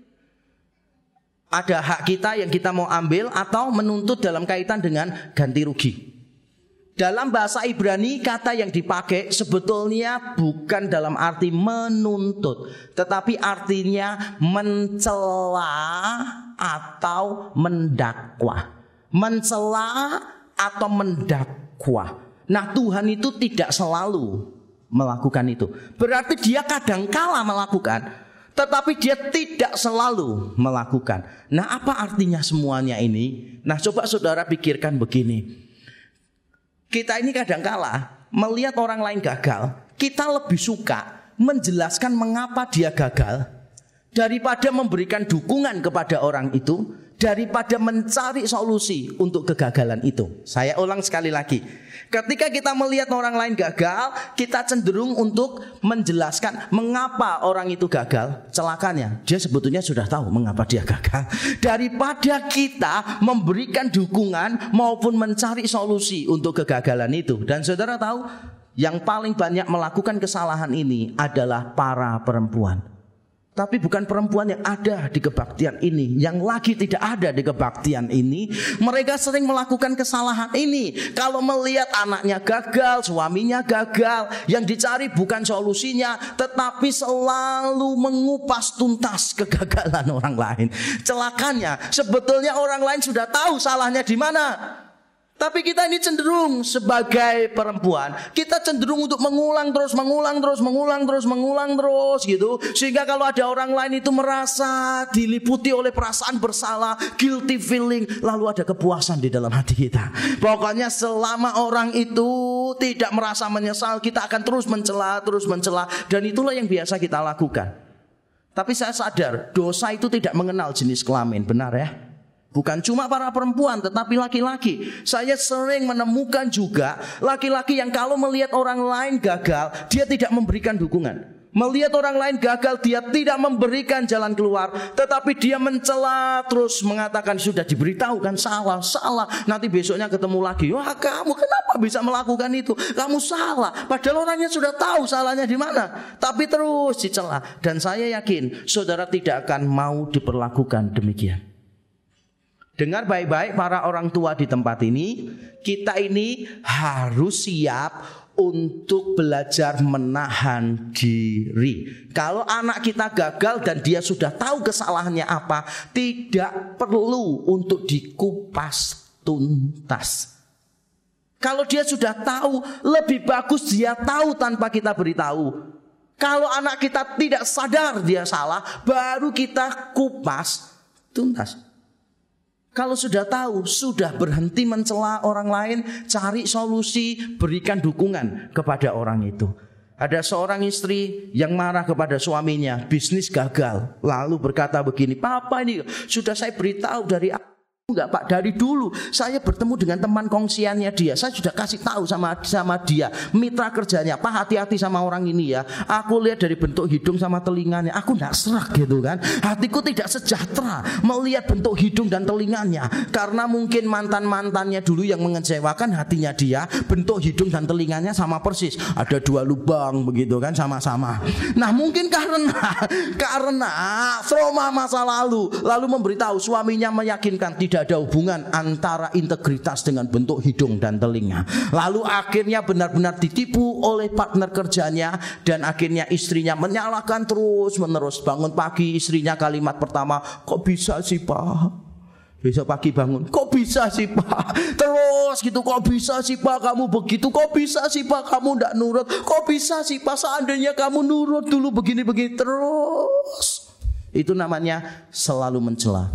ada hak kita yang kita mau ambil, atau menuntut dalam kaitan dengan ganti rugi. Dalam bahasa Ibrani kata yang dipakai sebetulnya bukan dalam arti menuntut, tetapi artinya mencela atau mendakwa. Mencela atau mendakwa. Nah, Tuhan itu tidak selalu melakukan itu. Berarti dia kadangkala melakukan, tetapi dia tidak selalu melakukan. Nah, apa artinya semuanya ini? Nah, coba saudara pikirkan begini. Kita ini kadangkala melihat orang lain gagal, kita lebih suka menjelaskan mengapa dia gagal, daripada memberikan dukungan kepada orang itu, daripada mencari solusi untuk kegagalan itu. Saya ulang sekali lagi. Ketika kita melihat orang lain gagal, kita cenderung untuk menjelaskan mengapa orang itu gagal. Celakanya, dia sebetulnya sudah tahu mengapa dia gagal. Daripada kita memberikan dukungan maupun mencari solusi untuk kegagalan itu. Dan saudara tahu, yang paling banyak melakukan kesalahan ini adalah para perempuan. Tapi bukan perempuan yang ada di kebaktian ini, yang lagi tidak ada di kebaktian ini. Mereka sering melakukan kesalahan ini. Kalau melihat anaknya gagal, suaminya gagal, yang dicari bukan solusinya, tetapi selalu mengupas tuntas kegagalan orang lain. Celakanya, sebetulnya orang lain sudah tahu salahnya di mana. Tapi kita ini cenderung sebagai perempuan, kita cenderung untuk mengulang terus gitu. Sehingga kalau ada orang lain itu merasa diliputi oleh perasaan bersalah, guilty feeling, lalu ada kepuasan di dalam hati kita. Pokoknya selama orang itu tidak merasa menyesal, kita akan terus mencela. Dan itulah yang biasa kita lakukan. Tapi saya sadar, dosa itu tidak mengenal jenis kelamin, benar ya? Bukan cuma para perempuan, tetapi laki-laki. Saya sering menemukan juga laki-laki yang kalau melihat orang lain gagal, dia tidak memberikan dukungan. Melihat orang lain gagal, dia tidak memberikan jalan keluar, tetapi dia mencela terus, mengatakan sudah diberitahu kan salah. Nanti besoknya ketemu lagi, wah kamu kenapa bisa melakukan itu? Kamu salah. Padahal orangnya sudah tahu salahnya di mana, tapi terus dicela. Dan saya yakin saudara tidak akan mau diperlakukan demikian. Dengar baik-baik para orang tua di tempat ini, kita ini harus siap untuk belajar menahan diri. Kalau anak kita gagal dan dia sudah tahu kesalahannya apa, tidak perlu untuk dikupas tuntas. Kalau dia sudah tahu, lebih bagus dia tahu tanpa kita beritahu. Kalau anak kita tidak sadar dia salah, baru kita kupas tuntas. Kalau sudah tahu, sudah berhenti mencela orang lain, cari solusi, berikan dukungan kepada orang itu. Ada seorang istri yang marah kepada suaminya, bisnis gagal, lalu berkata begini, "Papa, ini sudah saya beritahu dari enggak Pak, dari dulu saya bertemu dengan teman kongsiannya dia, saya sudah kasih tahu sama dia, mitra kerjanya, Pak hati-hati sama orang ini ya. Aku lihat dari bentuk hidung sama telinganya, aku enggak serak gitu kan. Hatiku tidak sejahtera melihat bentuk hidung dan telinganya, karena mungkin mantannya dulu yang mengecewakan hatinya dia, bentuk hidung dan telinganya sama persis, ada 2 lubang begitu kan, sama-sama. Nah mungkin karena trauma masa lalu memberitahu suaminya, meyakinkan tidak ada hubungan antara integritas dengan bentuk hidung dan telinga. Lalu akhirnya benar-benar ditipu oleh partner kerjanya, dan akhirnya istrinya menyalahkan terus menerus. Bangun pagi istrinya kalimat pertama, "Kok bisa sih Pak?" Besok pagi bangun, "Kok bisa sih Pak?" Terus gitu, "Kok bisa sih Pak kamu begitu? Kok bisa sih Pak kamu tidak nurut? Kok bisa sih Pak seandainya kamu nurut dulu begini-begini." Terus itu namanya selalu mencela.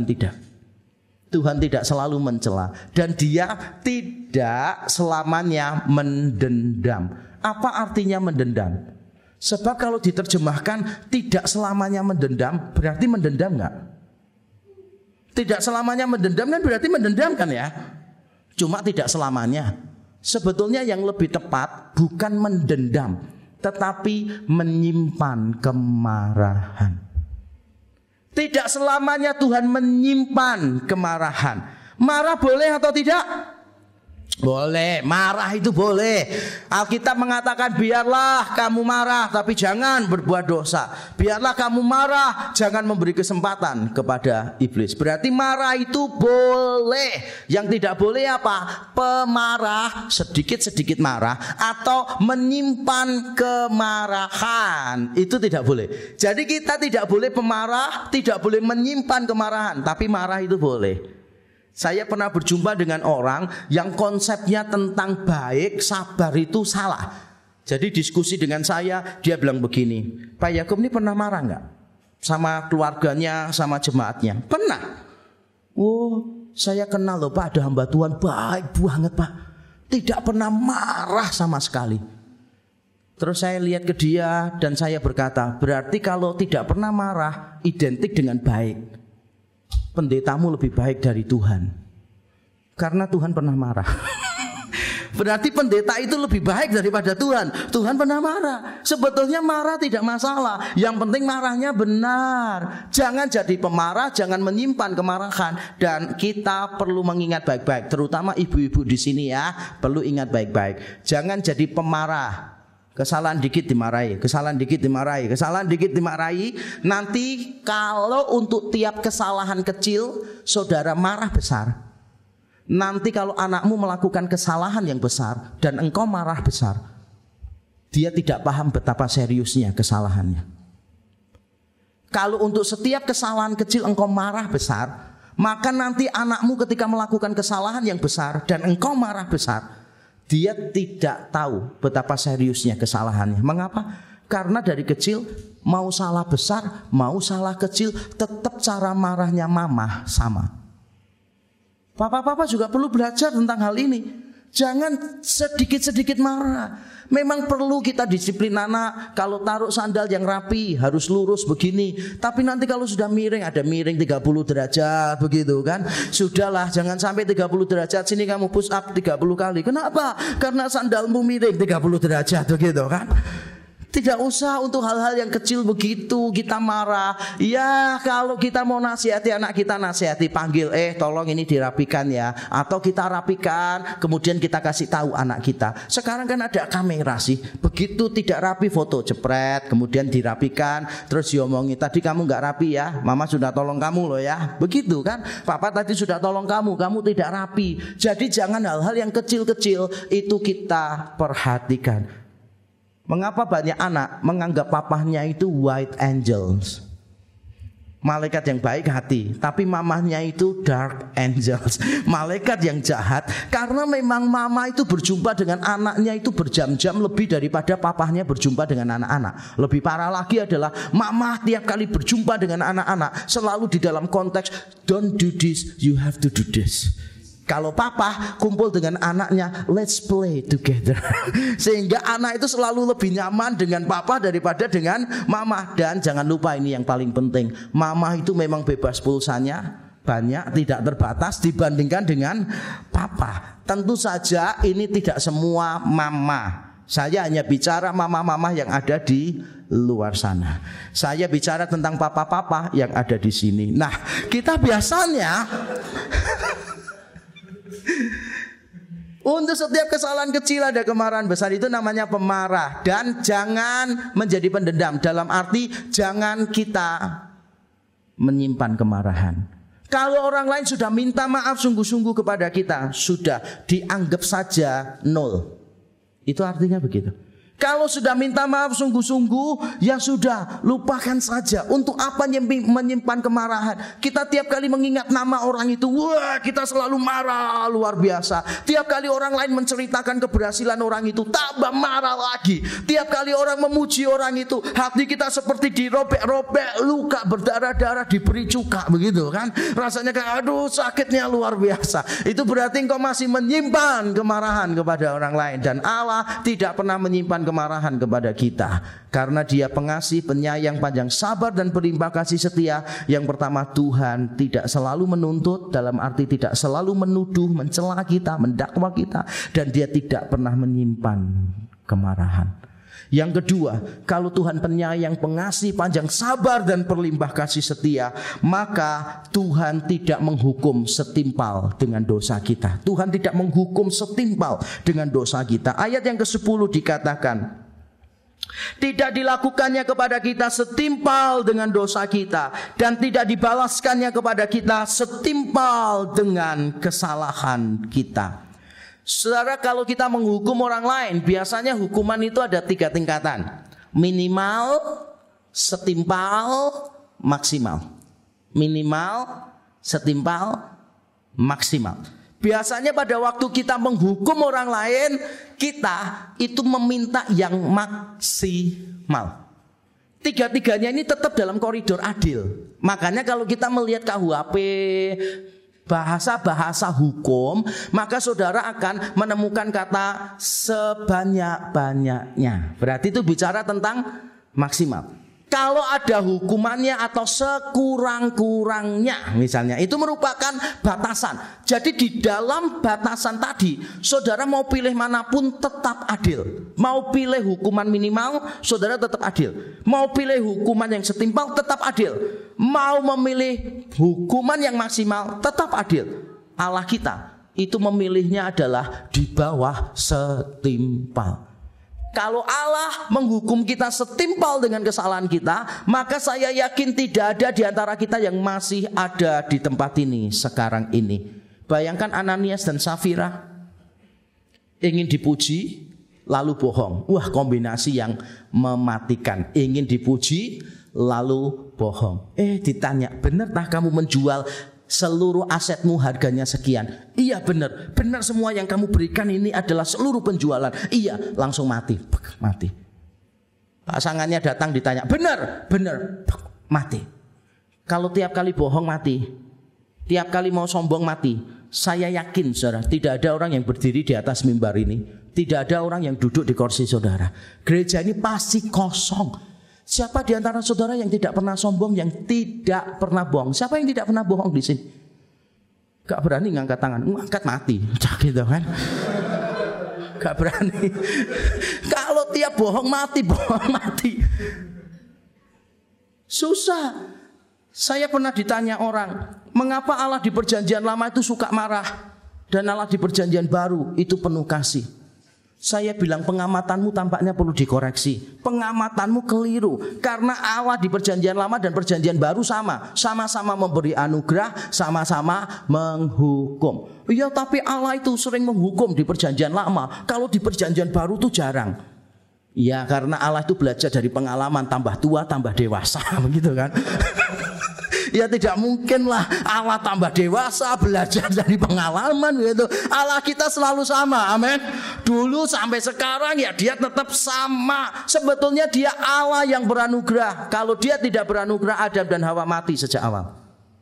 Tuhan tidak selalu mencela, dan dia tidak selamanya mendendam. Apa artinya mendendam? Sebab kalau diterjemahkan tidak selamanya mendendam, berarti mendendam enggak? Tidak selamanya mendendam kan berarti mendendam kan ya? Cuma tidak selamanya. Sebetulnya yang lebih tepat bukan mendendam, tetapi menyimpan kemarahan. Tidak selamanya Tuhan menyimpan kemarahan. Marah boleh atau tidak? Boleh, marah itu boleh. Alkitab mengatakan biarlah kamu marah, tapi jangan berbuat dosa. Biarlah kamu marah, jangan memberi kesempatan kepada iblis. Berarti marah itu boleh. Yang tidak boleh apa? Pemarah, sedikit-sedikit marah, atau menyimpan kemarahan. Itu tidak boleh. Jadi kita tidak boleh pemarah, tidak boleh menyimpan kemarahan, tapi marah itu boleh. Saya pernah berjumpa dengan orang yang konsepnya tentang baik, sabar itu salah. Jadi diskusi dengan saya, dia bilang begini, "Pak Yakub ini pernah marah enggak? Sama keluarganya, sama jemaatnya?" "Pernah." "Oh, saya kenal loh Pak, ada hamba Tuhan baik banget Pak. Tidak pernah marah sama sekali." Terus saya lihat ke dia dan saya berkata, berarti kalau tidak pernah marah identik dengan baik. Pendetamu lebih baik dari Tuhan. Karena Tuhan pernah marah. Berarti pendeta itu lebih baik daripada Tuhan. Tuhan pernah marah. Sebetulnya marah tidak masalah. Yang penting marahnya benar. Jangan jadi pemarah, jangan menyimpan kemarahan. Dan kita perlu mengingat baik-baik, terutama ibu-ibu di sini ya, perlu ingat baik-baik. Jangan jadi pemarah. Kesalahan dikit dimarahi, kesalahan dikit dimarahi, kesalahan dikit dimarahi. Nanti kalau untuk tiap kesalahan kecil saudara marah besar, nanti kalau anakmu melakukan kesalahan yang besar dan engkau marah besar, dia tidak paham betapa seriusnya kesalahannya. Kalau untuk setiap kesalahan kecil engkau marah besar, maka nanti anakmu ketika melakukan kesalahan yang besar dan engkau marah besar, dia tidak tahu betapa seriusnya kesalahannya. Mengapa? Karena dari kecil mau salah besar, mau salah kecil, tetap cara marahnya mama sama. Papa-papa juga perlu belajar tentang hal ini. Jangan sedikit-sedikit marah. Memang perlu kita disiplin anak. Kalau taruh sandal yang rapi harus lurus begini. Tapi nanti kalau sudah miring, ada miring 30 derajat begitu kan. Sudahlah, jangan sampai 30 derajat. Sini kamu push up 30 kali. Kenapa? Karena sandalmu miring 30 derajat begitu kan. Tidak usah untuk hal-hal yang kecil begitu kita marah. Ya kalau kita mau nasihati anak kita, nasihati, panggil, tolong ini dirapikan ya. Atau kita rapikan, kemudian kita kasih tahu anak kita. Sekarang kan ada kamera sih. Begitu tidak rapi foto jepret, kemudian dirapikan. Terus diomongi, tadi kamu gak rapi ya, mama sudah tolong kamu loh ya. Begitu kan, papa tadi sudah tolong kamu tidak rapi. Jadi jangan hal-hal yang kecil-kecil itu kita perhatikan. Mengapa banyak anak menganggap papahnya itu white angels, malaikat yang baik hati, tapi mamahnya itu dark angels, malaikat yang jahat. Karena memang mama itu berjumpa dengan anaknya itu berjam-jam lebih daripada papahnya berjumpa dengan anak-anak. Lebih parah lagi adalah mama tiap kali berjumpa dengan anak-anak selalu di dalam konteks don't do this, you have to do this. Kalau papa kumpul dengan anaknya, let's play together. Sehingga anak itu selalu lebih nyaman dengan papa daripada dengan mama. Dan jangan lupa ini yang paling penting, mama itu memang bebas pulsanya banyak, tidak terbatas dibandingkan dengan papa. Tentu saja ini tidak semua mama. Saya hanya bicara mama-mama yang ada di luar sana. Saya bicara tentang papa-papa yang ada di sini. Nah, kita biasanya untuk setiap kesalahan kecil ada kemarahan besar, itu namanya pemarah. Dan jangan menjadi pendendam. Dalam arti jangan kita menyimpan kemarahan. Kalau orang lain sudah minta maaf sungguh-sungguh kepada kita, sudah dianggap saja nol. Itu artinya begitu. Kalau sudah minta maaf sungguh-sungguh, ya sudah, lupakan saja. Untuk apa menyimpan kemarahan? Kita tiap kali mengingat nama orang itu, wah, kita selalu marah luar biasa. Tiap kali orang lain menceritakan keberhasilan orang itu, tambah marah lagi. Tiap kali orang memuji orang itu, hati kita seperti dirobek-robek, luka berdarah-darah, diberi cuka, begitu kan? Rasanya kayak aduh sakitnya luar biasa. Itu berarti engkau masih menyimpan kemarahan kepada orang lain. Dan Allah tidak pernah menyimpan kemarahan kepada kita, karena Dia pengasih, penyayang, panjang sabar dan berlimpah kasih setia. Yang pertama, Tuhan tidak selalu menuntut, dalam arti tidak selalu menuduh, mencela kita, mendakwa kita, dan Dia tidak pernah menyimpan kemarahan. Yang kedua, kalau Tuhan penyayang, pengasih, panjang sabar dan berlimpah kasih setia, maka Tuhan tidak menghukum setimpal dengan dosa kita. Tuhan tidak menghukum setimpal dengan dosa kita. Ayat yang ke-10 dikatakan, tidak dilakukannya kepada kita setimpal dengan dosa kita, dan tidak dibalaskannya kepada kita setimpal dengan kesalahan kita. Saudara, kalau kita menghukum orang lain, biasanya hukuman itu ada 3 tingkatan. Minimal, setimpal, maksimal. Minimal, setimpal, maksimal. Biasanya pada waktu kita menghukum orang lain, kita itu meminta yang maksimal. 3-tiganya ini tetap dalam koridor adil. Makanya kalau kita melihat KUHP bahasa-bahasa hukum, maka saudara akan menemukan kata sebanyak-banyaknya. Berarti itu bicara tentang maksimal. Kalau ada hukumannya atau sekurang-kurangnya misalnya, itu merupakan batasan. Jadi di dalam batasan tadi, saudara mau pilih manapun tetap adil. Mau pilih hukuman minimal, saudara tetap adil. Mau pilih hukuman yang setimpal, tetap adil. Mau memilih hukuman yang maksimal, tetap adil. Allah kita itu memilihnya adalah di bawah setimpal. Kalau Allah menghukum kita setimpal dengan kesalahan kita, maka saya yakin tidak ada di antara kita yang masih ada di tempat ini sekarang ini. Bayangkan Ananias dan Safira ingin dipuji lalu bohong. Wah, kombinasi yang mematikan. Ingin dipuji lalu bohong. Ditanya, benarkah kamu menjual seluruh asetmu harganya sekian? Iya benar, benar semua yang kamu berikan ini adalah seluruh penjualan. Iya, langsung mati. Pasangannya datang ditanya, benar, mati. Kalau tiap kali bohong mati, tiap kali mau sombong mati. Saya yakin saudara, tidak ada orang yang berdiri di atas mimbar ini, tidak ada orang yang duduk di kursi saudara. Gereja ini pasti kosong. Siapa di antara saudara yang tidak pernah sombong, yang tidak pernah bohong? Siapa yang tidak pernah bohong di sini? Gak berani ngangkat tangan, ngangkat mati, gitu kan? Gak berani. Kalau tiap bohong mati. Susah. Saya pernah ditanya orang, mengapa Allah di perjanjian lama itu suka marah dan Allah di perjanjian baru itu penuh kasih? Saya bilang pengamatanmu tampaknya perlu dikoreksi. Pengamatanmu keliru. Karena Allah di perjanjian lama dan perjanjian baru sama-sama memberi anugerah, sama-sama menghukum. Iya, tapi Allah itu sering menghukum di perjanjian lama. Kalau di perjanjian baru itu jarang. Ya, karena Allah itu belajar dari pengalaman, tambah tua tambah dewasa, begitu kan? Ya tidak mungkin lah Allah tambah dewasa belajar dari pengalaman gitu. Allah kita selalu sama, amin. Dulu sampai sekarang ya dia tetap sama. Sebetulnya dia Allah yang beranugerah. Kalau dia tidak beranugerah, Adam dan Hawa mati sejak awal.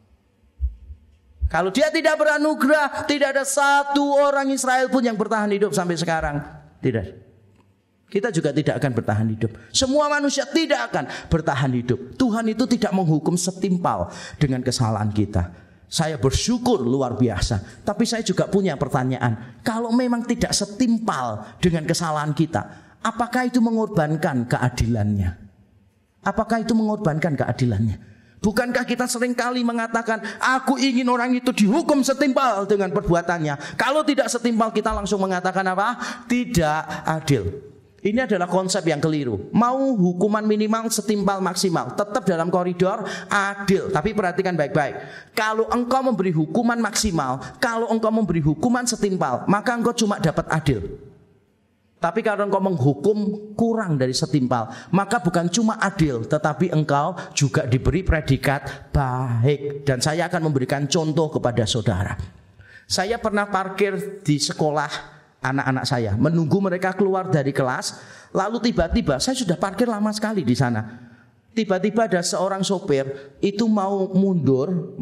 Kalau dia tidak beranugerah, tidak ada satu orang Israel pun yang bertahan hidup sampai sekarang. Tidak. Kita juga tidak akan bertahan hidup. Semua manusia tidak akan bertahan hidup. Tuhan itu tidak menghukum setimpal dengan kesalahan kita. Saya bersyukur luar biasa. Tapi saya juga punya pertanyaan. Kalau memang tidak setimpal dengan kesalahan kita, apakah itu mengorbankan keadilannya? Apakah itu mengorbankan keadilannya? Bukankah kita seringkali mengatakan, aku ingin orang itu dihukum setimpal dengan perbuatannya. Kalau tidak setimpal, kita langsung mengatakan apa? Tidak adil. Ini adalah konsep yang keliru. Mau hukuman minimal setimpal maksimal, tetap dalam koridor adil. Tapi perhatikan baik-baik. Kalau engkau memberi hukuman maksimal, kalau engkau memberi hukuman setimpal, maka engkau cuma dapat adil. Tapi kalau engkau menghukum kurang dari setimpal, maka bukan cuma adil, tetapi engkau juga diberi predikat baik. Dan saya akan memberikan contoh kepada saudara. Saya pernah parkir di sekolah anak-anak saya, menunggu mereka keluar dari kelas. Lalu tiba-tiba saya sudah parkir lama sekali di sana. Tiba-tiba ada seorang sopir itu mau mundur,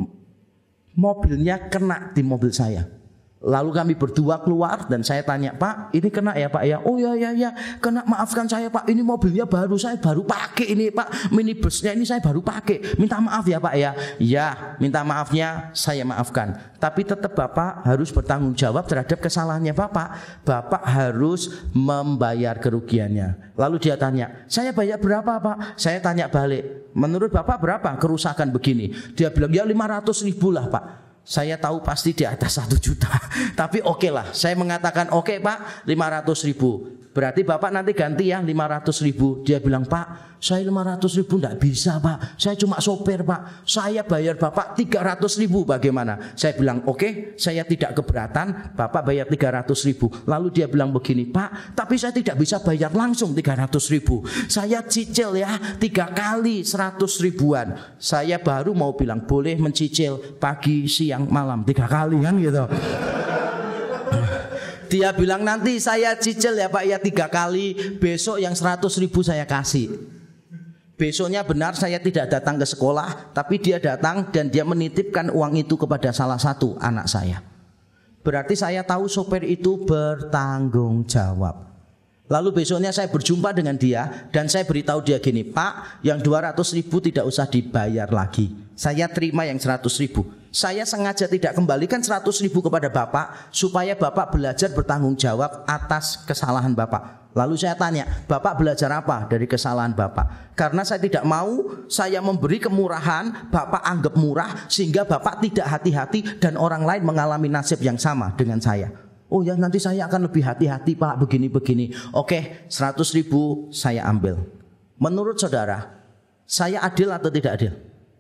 mobilnya kena di mobil saya. Lalu kami berdua keluar dan saya tanya, Pak, ini kena ya Pak ya? Oh ya, kena, maafkan saya Pak, ini mobilnya baru, saya baru pakai ini Pak, minibusnya ini saya baru pakai, minta maaf ya Pak ya? Ya, minta maafnya saya maafkan. Tapi tetap Bapak harus bertanggung jawab terhadap kesalahannya Bapak. Bapak harus membayar kerugiannya. Lalu dia tanya, saya bayar berapa Pak? Saya tanya balik, menurut Bapak berapa kerusakan begini? Dia bilang, ya 500.000 lah Pak. Saya tahu pasti di atas 1 juta. Tapi oke lah, saya mengatakan oke Pak, 500.000. Berarti Bapak nanti ganti ya 500.000. Dia bilang, Pak, saya 500.000 enggak bisa Pak, saya cuma sopir Pak, saya bayar Bapak 300.000 bagaimana? Saya bilang oke, saya tidak keberatan, Bapak bayar 300.000. Lalu dia bilang begini, Pak, tapi saya tidak bisa bayar langsung 300.000, saya cicil ya 3 kali 100 ribuan. Saya baru mau bilang boleh mencicil pagi, siang, malam 3 kali kan gitu. Dia bilang nanti saya cicil ya Pak ya 3 kali, besok yang 100.000 saya kasih. Besoknya benar saya tidak datang ke sekolah, tapi dia datang dan dia menitipkan uang itu kepada salah satu anak saya. Berarti saya tahu sopir itu bertanggung jawab. Lalu besoknya saya berjumpa dengan dia dan saya beritahu dia gini, Pak, yang 200.000 tidak usah dibayar lagi. Saya terima yang 100.000. Saya sengaja tidak kembalikan 100.000 kepada Bapak supaya Bapak belajar bertanggung jawab atas kesalahan Bapak. Lalu saya tanya, Bapak belajar apa dari kesalahan Bapak? Karena saya tidak mau saya memberi kemurahan, Bapak anggap murah sehingga Bapak tidak hati-hati dan orang lain mengalami nasib yang sama dengan saya. Oh ya, nanti saya akan lebih hati-hati Pak, begini-begini. Oke, 100.000 saya ambil. Menurut saudara, saya adil atau tidak adil?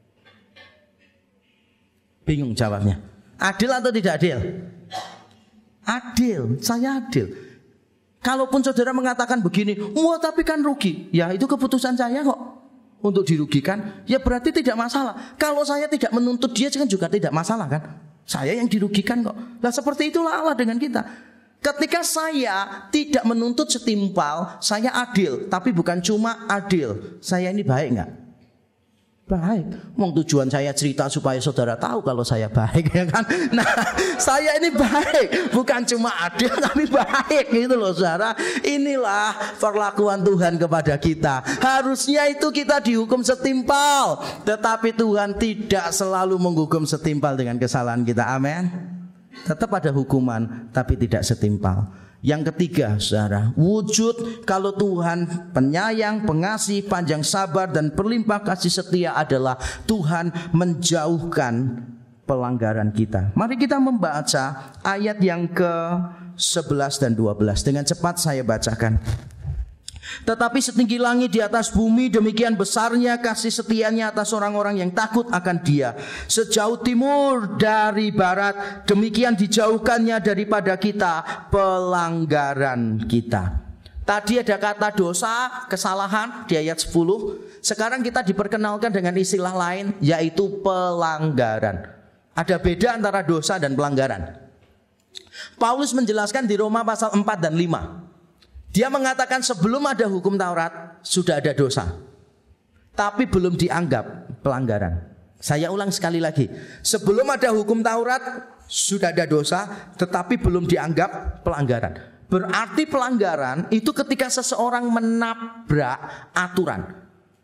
Bingung jawabnya. Adil atau tidak adil? Adil, saya adil. Kalaupun saudara mengatakan begini, wah tapi kan rugi. Ya itu keputusan saya kok untuk dirugikan. Ya berarti tidak masalah. Kalau saya tidak menuntut dia kan juga tidak masalah kan. Saya yang dirugikan kok. Nah seperti itulah Allah dengan kita. Ketika saya tidak menuntut setimpal, saya adil. Tapi bukan cuma adil. Saya ini baik gak? Baik. Tujuan saya cerita supaya saudara tahu kalau saya baik, ya kan? Nah, saya ini baik, bukan cuma adil tapi baik gitu loh, saudara. Inilah perlakuan Tuhan kepada kita. Harusnya itu kita dihukum setimpal, tetapi Tuhan tidak selalu menghukum setimpal dengan kesalahan kita. Amin. Tetap ada hukuman tapi tidak setimpal. Yang ketiga, saudara, wujud kalau Tuhan penyayang, pengasih, panjang sabar dan berlimpah kasih setia adalah Tuhan menjauhkan pelanggaran kita. Mari kita membaca ayat yang ke-11 dan 12. Dengan cepat saya bacakan. Tetapi setinggi langit di atas bumi, demikian besarnya kasih setianya atas orang-orang yang takut akan Dia. Sejauh timur dari barat, demikian dijauhkannya daripada kita pelanggaran kita. Tadi ada kata dosa, kesalahan di ayat 10. Sekarang kita diperkenalkan dengan istilah lain, yaitu pelanggaran. Ada beda antara dosa dan pelanggaran. Paulus menjelaskan di Roma pasal 4 dan 5. Dia mengatakan sebelum ada hukum Taurat sudah ada dosa, tapi belum dianggap pelanggaran. Saya ulang sekali lagi. Sebelum ada hukum Taurat sudah ada dosa, tetapi belum dianggap pelanggaran. Berarti pelanggaran itu ketika seseorang menabrak aturan.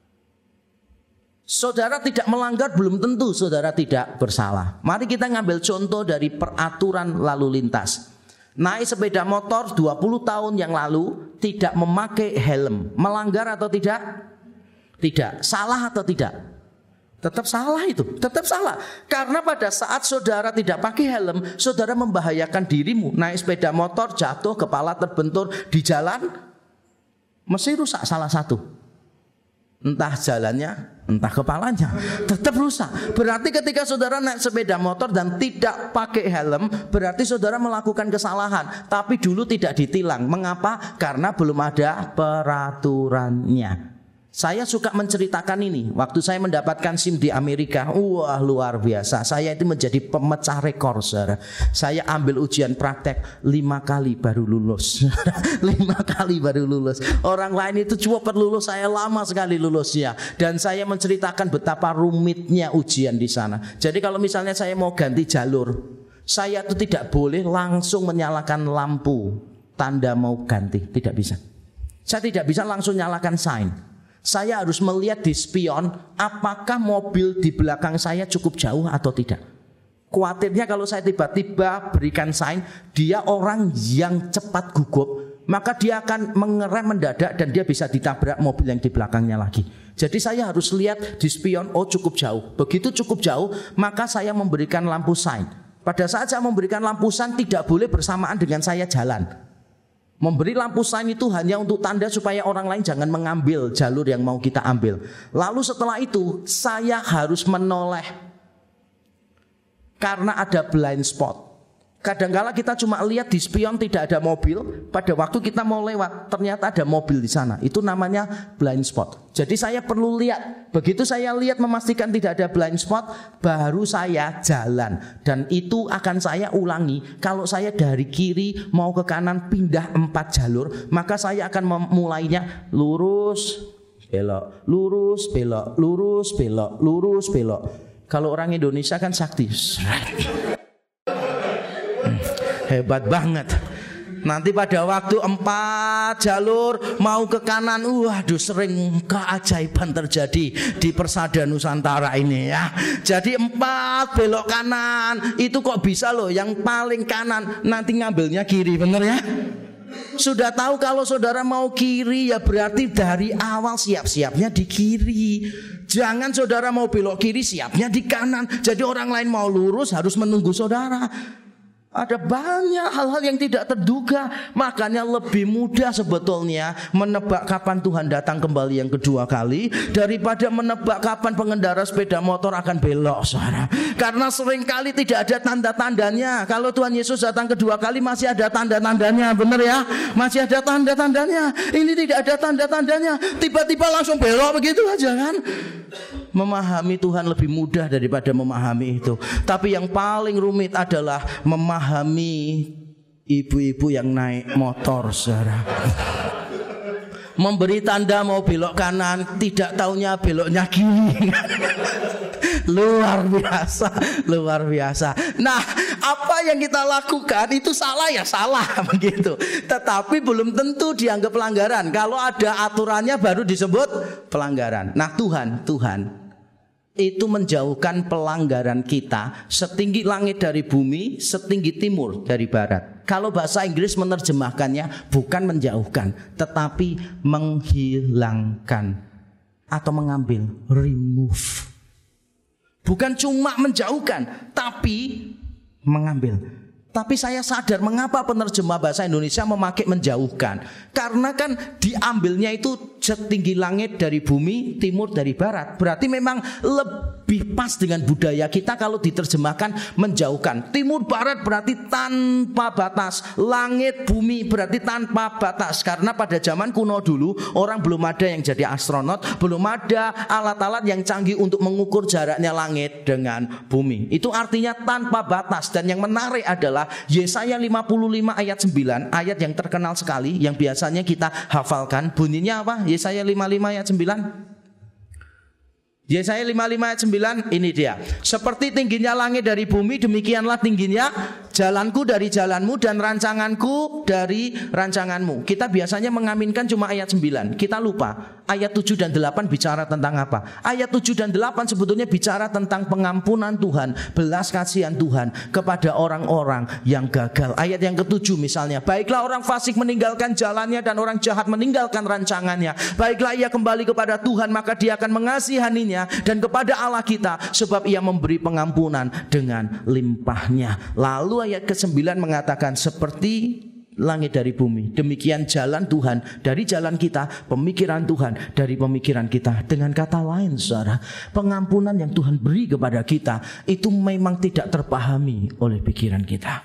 Saudara tidak melanggar belum tentu saudara tidak bersalah. Mari kita ngambil contoh dari peraturan lalu lintas. Naik sepeda motor 20 tahun yang lalu tidak memakai helm, melanggar atau tidak? Tidak. Salah atau tidak? Tetap salah itu, tetap salah. Karena pada saat saudara tidak pakai helm, saudara membahayakan dirimu. Naik sepeda motor jatuh, kepala terbentur di jalan, mesti rusak salah satu. Entah jalannya, entah kepalanya, tetap rusak. Berarti ketika saudara naik sepeda motor dan tidak pakai helm, berarti saudara melakukan kesalahan. Tapi dulu tidak ditilang. Mengapa? Karena belum ada peraturannya. Saya suka menceritakan ini. Waktu saya mendapatkan SIM di Amerika, wah luar biasa. Saya itu menjadi pemecah rekor, saudara. Saya ambil ujian praktek 5 kali baru lulus. 5 kali baru lulus. Orang lain itu cuma perlu lulus, saya lama sekali lulusnya. Dan saya menceritakan betapa rumitnya ujian di sana. Jadi kalau misalnya saya mau ganti jalur, saya itu tidak boleh langsung menyalakan lampu tanda mau ganti. Tidak bisa. Saya tidak bisa langsung nyalakan sign. Saya harus melihat di spion apakah mobil di belakang saya cukup jauh atau tidak. Khawatirnya kalau saya tiba-tiba berikan sign, dia orang yang cepat gugup, maka dia akan mengerem mendadak dan dia bisa ditabrak mobil yang di belakangnya lagi. Jadi saya harus lihat di spion, oh cukup jauh. Begitu cukup jauh, maka saya memberikan lampu sign. Pada saat saya memberikan lampu sign tidak boleh bersamaan dengan saya jalan. Memberi lampu sign itu hanya untuk tanda supaya orang lain jangan mengambil jalur yang mau kita ambil. Lalu setelah itu saya harus menoleh karena ada blind spot. Kadang-kala kita cuma lihat di spion tidak ada mobil, pada waktu kita mau lewat ternyata ada mobil di sana. Itu namanya blind spot. Jadi saya perlu lihat. Begitu saya lihat memastikan tidak ada blind spot, baru saya jalan. Dan itu akan saya ulangi. Kalau saya dari kiri mau ke kanan pindah 4 jalur, maka saya akan memulainya lurus, belok, lurus, belok, lurus, belok, lurus, belok. Kalau orang Indonesia kan sakti. Hebat banget. Nanti pada waktu 4 jalur mau ke kanan, waduh sering keajaiban terjadi di Persada Nusantara ini ya. Jadi 4 belok kanan, itu kok bisa loh yang paling kanan nanti ngambilnya kiri, bener ya? Sudah tahu kalau saudara mau kiri ya berarti dari awal siap-siapnya di kiri. Jangan saudara mau belok kiri siapnya di kanan. Jadi orang lain mau lurus harus menunggu saudara. Ada banyak hal-hal yang tidak terduga. Makanya lebih mudah sebetulnya menebak kapan Tuhan datang kembali yang kedua kali daripada menebak kapan pengendara sepeda motor akan belok, saudara. Karena seringkali tidak ada tanda-tandanya. Kalau Tuhan Yesus datang kedua kali masih ada tanda-tandanya, benar ya? Masih ada tanda-tandanya. Ini tidak ada tanda-tandanya. Tiba-tiba langsung belok begitu aja kan? Memahami Tuhan lebih mudah daripada memahami itu. Tapi yang paling rumit adalah memahami ibu-ibu yang naik motor, saudara. Memberi tanda mau belok kanan, tidak taunya beloknya kiri. Luar biasa, luar biasa. Nah, apa yang kita lakukan itu salah ya salah begitu. Tetapi belum tentu dianggap pelanggaran. Kalau ada aturannya baru disebut pelanggaran. Nah, Tuhan itu menjauhkan pelanggaran kita setinggi langit dari bumi, setinggi timur dari barat. Kalau bahasa Inggris menerjemahkannya bukan menjauhkan, tetapi menghilangkan atau mengambil, remove. Bukan cuma menjauhkan, tapi mengambil. Tapi saya sadar mengapa penerjemah bahasa Indonesia memakai menjauhkan. Karena kan diambilnya itu setinggi langit dari bumi, timur dari barat. Berarti memang lebih pas dengan budaya kita kalau diterjemahkan menjauhkan. Timur barat berarti tanpa batas. Langit bumi berarti tanpa batas. Karena pada zaman kuno dulu orang belum ada yang jadi astronot, belum ada alat-alat yang canggih untuk mengukur jaraknya langit dengan bumi. Itu artinya tanpa batas. Dan yang menarik adalah Yesaya 55 ayat 9, ayat yang terkenal sekali yang biasanya kita hafalkan. Bunyinya apa? Yesaya 55 ayat 9. Yesaya 55 ayat 9, ini dia. Seperti tingginya langit dari bumi, demikianlah tingginya jalanku dari jalanmu dan rancanganku dari rancanganmu. Kita biasanya mengaminkan cuma ayat 9. Kita lupa ayat 7 dan 8 bicara tentang apa? Ayat 7 dan 8 sebetulnya bicara tentang pengampunan Tuhan, belas kasihan Tuhan kepada orang-orang yang gagal. Ayat yang ke-7 misalnya, baiklah orang fasik meninggalkan jalannya dan orang jahat meninggalkan rancangannya. Baiklah ia kembali kepada Tuhan, maka dia akan mengasihaninya dan kepada Allah kita, sebab ia memberi pengampunan dengan limpahnya. Lalu ayat ke-9 mengatakan seperti langit dari bumi, demikian jalan Tuhan dari jalan kita, pemikiran Tuhan dari pemikiran kita. Dengan kata lain, saudara, pengampunan yang Tuhan beri kepada kita itu memang tidak terpahami oleh pikiran kita.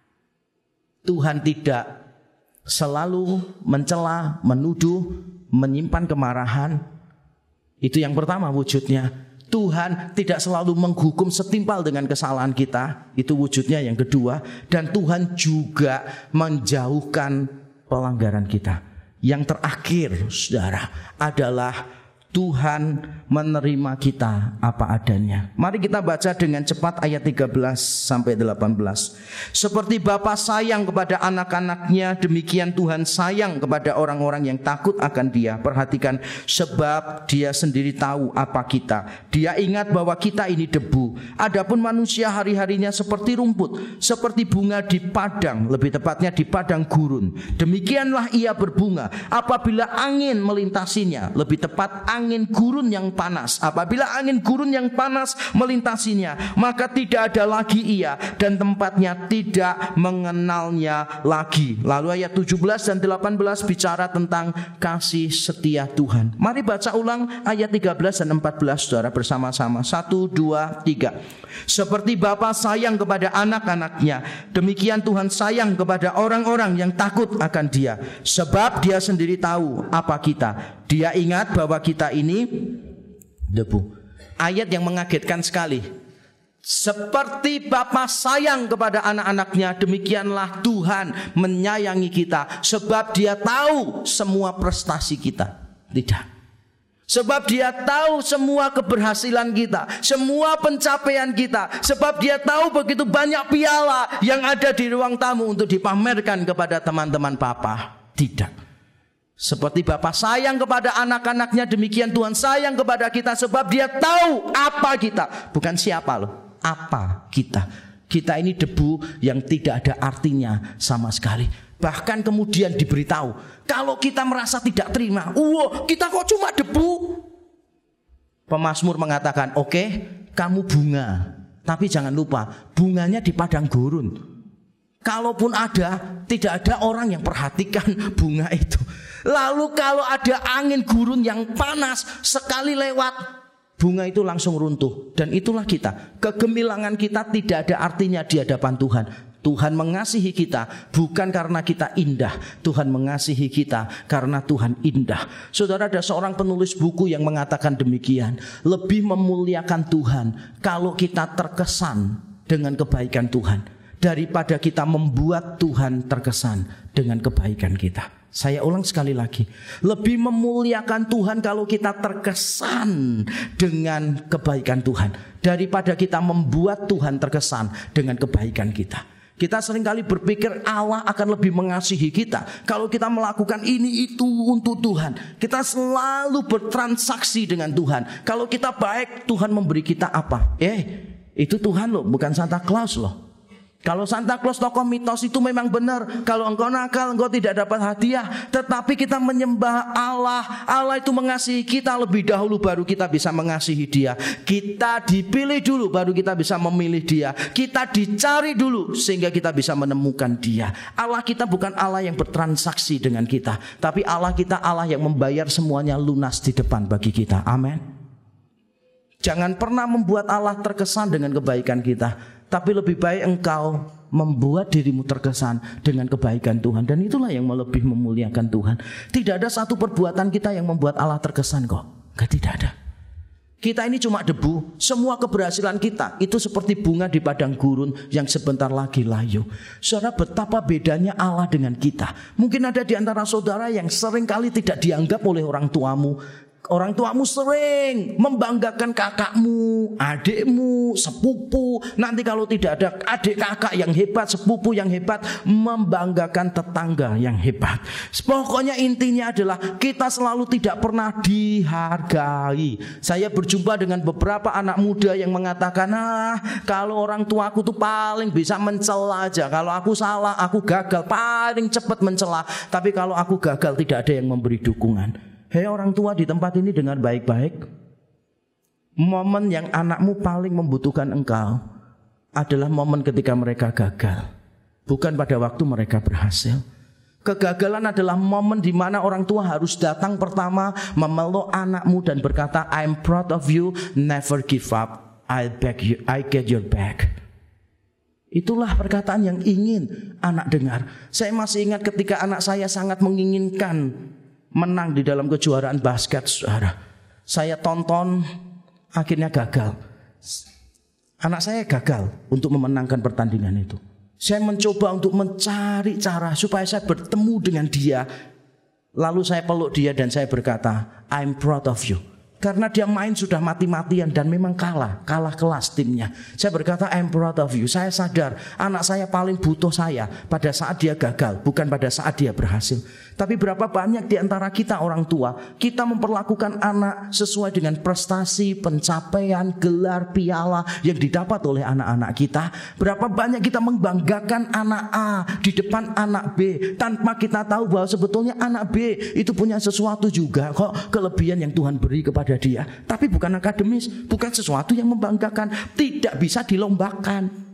Tuhan tidak selalu mencela, menuduh, menyimpan kemarahan. Itu yang pertama wujudnya. Tuhan tidak selalu menghukum setimpal dengan kesalahan kita. Itu wujudnya yang kedua. Dan Tuhan juga menjauhkan pelanggaran kita. Yang terakhir, saudara, adalah Tuhan menerima kita apa adanya. Mari kita baca dengan cepat ayat 13 sampai 18. Seperti Bapa sayang kepada anak-anaknya, demikian Tuhan sayang kepada orang-orang yang takut akan Dia. Perhatikan, sebab Dia sendiri tahu apa kita. Dia ingat bahwa kita ini debu. Adapun manusia hari-harinya seperti rumput, seperti bunga di padang, lebih tepatnya di padang gurun. Demikianlah ia berbunga apabila angin melintasinya, lebih tepat angin gurun yang panas. Apabila angin gurun yang panas melintasinya, maka tidak ada lagi ia dan tempatnya tidak mengenalnya lagi. Lalu ayat 17 dan 18 bicara tentang kasih setia Tuhan. Mari baca ulang ayat 13 dan 14 saudara bersama-sama. 1, 2, 3. Seperti Bapa sayang kepada anak-anaknya, demikian Tuhan sayang kepada orang-orang yang takut akan Dia. Sebab Dia sendiri tahu apa kita. Dia ingat bahwa kita ini debu. Ayat yang mengagetkan sekali. Seperti Bapa sayang kepada anak-anaknya, demikianlah Tuhan menyayangi kita. Sebab Dia tahu semua prestasi kita. Tidak. Sebab dia tahu semua keberhasilan kita, semua pencapaian kita. Sebab dia tahu begitu banyak piala yang ada di ruang tamu untuk dipamerkan kepada teman-teman papa. Tidak. Seperti Bapa sayang kepada anak-anaknya, demikian Tuhan sayang kepada kita. Sebab dia tahu apa kita. Bukan siapa loh, apa kita. Kita ini debu yang tidak ada artinya sama sekali. Bahkan kemudian diberitahu, kalau kita merasa tidak terima, kita kok cuma debu. Pemazmur mengatakan, oke, kamu bunga, tapi jangan lupa bunganya di padang gurun. Kalaupun ada, tidak ada orang yang perhatikan bunga itu. Lalu kalau ada angin gurun yang panas, sekali lewat, bunga itu langsung runtuh. Dan itulah kita. Kegemilangan kita tidak ada artinya di hadapan Tuhan. Tuhan mengasihi kita bukan karena kita indah. Tuhan mengasihi kita karena Tuhan indah. Saudara, ada seorang penulis buku yang mengatakan demikian. Lebih memuliakan Tuhan kalau kita terkesan dengan kebaikan Tuhan, daripada kita membuat Tuhan terkesan dengan kebaikan kita. Saya ulang sekali lagi. Lebih memuliakan Tuhan kalau kita terkesan dengan kebaikan Tuhan, daripada kita membuat Tuhan terkesan dengan kebaikan kita. Kita seringkali berpikir Allah akan lebih mengasihi kita kalau kita melakukan ini itu untuk Tuhan. Kita selalu bertransaksi dengan Tuhan. Kalau kita baik, Tuhan memberi kita apa? Itu Tuhan loh, bukan Santa Claus loh. Kalau Santa Claus tokoh mitos itu memang benar. Kalau engkau nakal, engkau tidak dapat hadiah. Tetapi kita menyembah Allah. Allah itu mengasihi kita lebih dahulu, baru kita bisa mengasihi Dia. Kita dipilih dulu, baru kita bisa memilih Dia. Kita dicari dulu, sehingga kita bisa menemukan Dia. Allah kita bukan Allah yang bertransaksi dengan kita, tapi Allah kita Allah yang membayar semuanya lunas di depan bagi kita. Amin. Jangan pernah membuat Allah terkesan dengan kebaikan kita, tapi lebih baik engkau membuat dirimu terkesan dengan kebaikan Tuhan. Dan itulah yang lebih memuliakan Tuhan. Tidak ada satu perbuatan kita yang membuat Allah terkesan kok. Tidak ada. Kita ini cuma debu. Semua keberhasilan kita itu seperti bunga di padang gurun yang sebentar lagi layu. Saudara, betapa bedanya Allah dengan kita. Mungkin ada di antara saudara yang seringkali tidak dianggap oleh orang tuamu. Orang tuamu sering membanggakan kakakmu, adikmu, sepupu. Nanti kalau tidak ada adik kakak yang hebat, sepupu yang hebat, membanggakan tetangga yang hebat. Pokoknya intinya adalah kita selalu tidak pernah dihargai. Saya berjumpa dengan beberapa anak muda yang mengatakan, kalau orang tuaku tuh paling bisa mencela aja. Kalau aku salah, aku gagal, paling cepat mencela. Tapi kalau aku gagal, tidak ada yang memberi dukungan. Hei orang tua di tempat ini, dengar baik-baik. Momen yang anakmu paling membutuhkan engkau adalah momen ketika mereka gagal, bukan pada waktu mereka berhasil. Kegagalan adalah momen di mana orang tua harus datang pertama, memeluk anakmu dan berkata, I'm proud of you, never give up, I get your back. Itulah perkataan yang ingin anak dengar. Saya masih ingat ketika anak saya sangat menginginkan menang di dalam kejuaraan basket, saudara. Saya tonton, akhirnya gagal. Anak saya gagal untuk memenangkan pertandingan itu. Saya mencoba untuk mencari cara supaya saya bertemu dengan dia. Lalu saya peluk dia dan saya berkata, I'm proud of you. Karena dia main sudah mati-matian dan memang kalah kelas timnya. Saya berkata, I'm proud of you. Saya sadar anak saya paling butuh saya pada saat dia gagal, bukan pada saat dia berhasil. Tapi berapa banyak di antara kita orang tua, kita memperlakukan anak sesuai dengan prestasi, pencapaian, gelar, piala yang didapat oleh anak-anak kita. Berapa banyak kita membanggakan anak A di depan anak B, tanpa kita tahu bahwa sebetulnya anak B itu punya sesuatu juga kok, kelebihan yang Tuhan beri kepada dia. Tapi bukan akademis, bukan sesuatu yang membanggakan, tidak bisa dilombakan.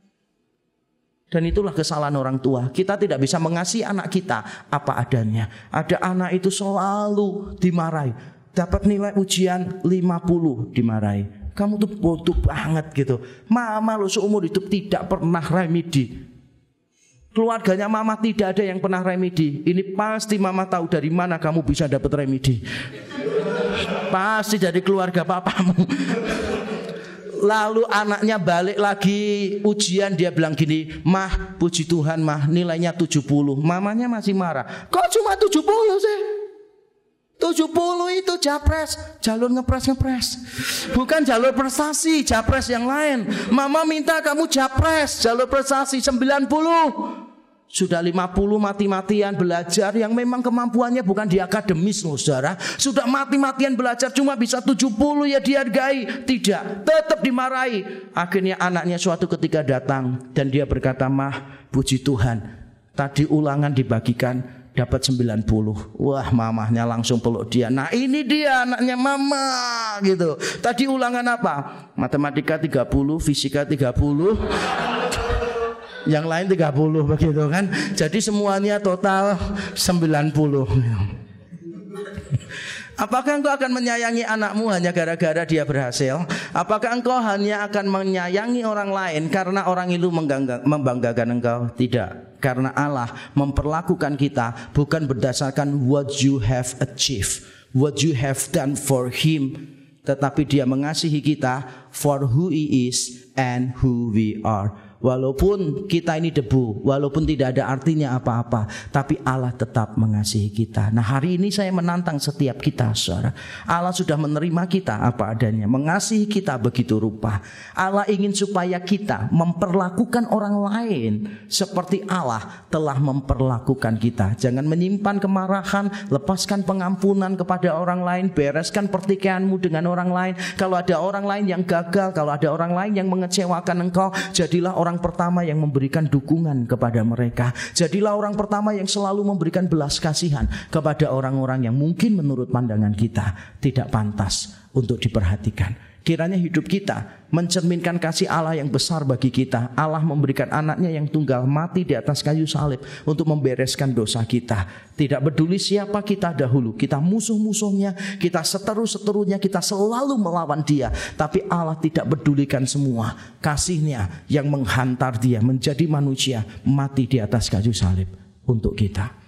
Dan itulah kesalahan orang tua. Kita tidak bisa mengasihi anak kita apa adanya. Ada anak itu selalu dimarahi, dapat nilai ujian 50 dimarahi. Kamu tuh bodoh banget gitu. Mama lo seumur hidup tidak pernah remedi. Keluarganya mama tidak ada yang pernah remedi. Ini pasti mama tahu dari mana kamu bisa dapat remedi. Pasti dari keluarga papamu. Lalu anaknya balik lagi ujian, dia bilang gini, mah puji Tuhan mah nilainya 70. Mamanya masih marah, kok cuma 70 sih? 70 itu japres, jalur ngepres. Bukan jalur prestasi, japres yang lain. Mama minta kamu japres, jalur prestasi 90. Sudah 50 mati-matian belajar yang memang kemampuannya bukan di akademis loh saudara. Sudah mati-matian belajar cuma bisa 70 ya dihargai. Tidak, tetap dimarahi. Akhirnya anaknya suatu ketika datang dan dia berkata, "Mah, puji Tuhan, tadi ulangan dibagikan dapat 90. Wah, mamahnya langsung peluk dia. Nah, ini dia anaknya mama gitu. Tadi ulangan apa? Matematika 30, fisika 30. Yang lain 30 begitu kan. Jadi semuanya total 90. Apakah engkau akan menyayangi anakmu hanya gara-gara dia berhasil? Apakah engkau hanya akan menyayangi orang lain karena orang itu membanggakan engkau? Tidak. Karena Allah memperlakukan kita bukan berdasarkan what you have achieved, what you have done for Him, tetapi Dia mengasihi kita for who He is and who we are. Walaupun kita ini debu, walaupun tidak ada artinya apa-apa, tapi Allah tetap mengasihi kita. Nah, hari ini saya menantang setiap kita, saudara. Allah sudah menerima kita apa adanya, mengasihi kita begitu rupa. Allah ingin supaya kita memperlakukan orang lain seperti Allah telah memperlakukan kita. Jangan menyimpan kemarahan, lepaskan pengampunan kepada orang lain, bereskan pertikaianmu dengan orang lain. Kalau ada orang lain yang gagal, kalau ada orang lain yang mengecewakan engkau, jadilah orang pertama yang memberikan dukungan kepada mereka. Jadilah orang pertama yang selalu memberikan belas kasihan kepada orang-orang yang mungkin menurut pandangan kita tidak pantas untuk diperhatikan. Kiranya hidup kita mencerminkan kasih Allah yang besar bagi kita. Allah memberikan anaknya yang tunggal mati di atas kayu salib untuk membereskan dosa kita. Tidak peduli siapa kita dahulu, kita musuh-musuhnya, kita seteru-seterunya, kita selalu melawan dia. Tapi Allah tidak pedulikan semua. Kasih-Nya yang menghantar dia menjadi manusia, mati di atas kayu salib untuk kita.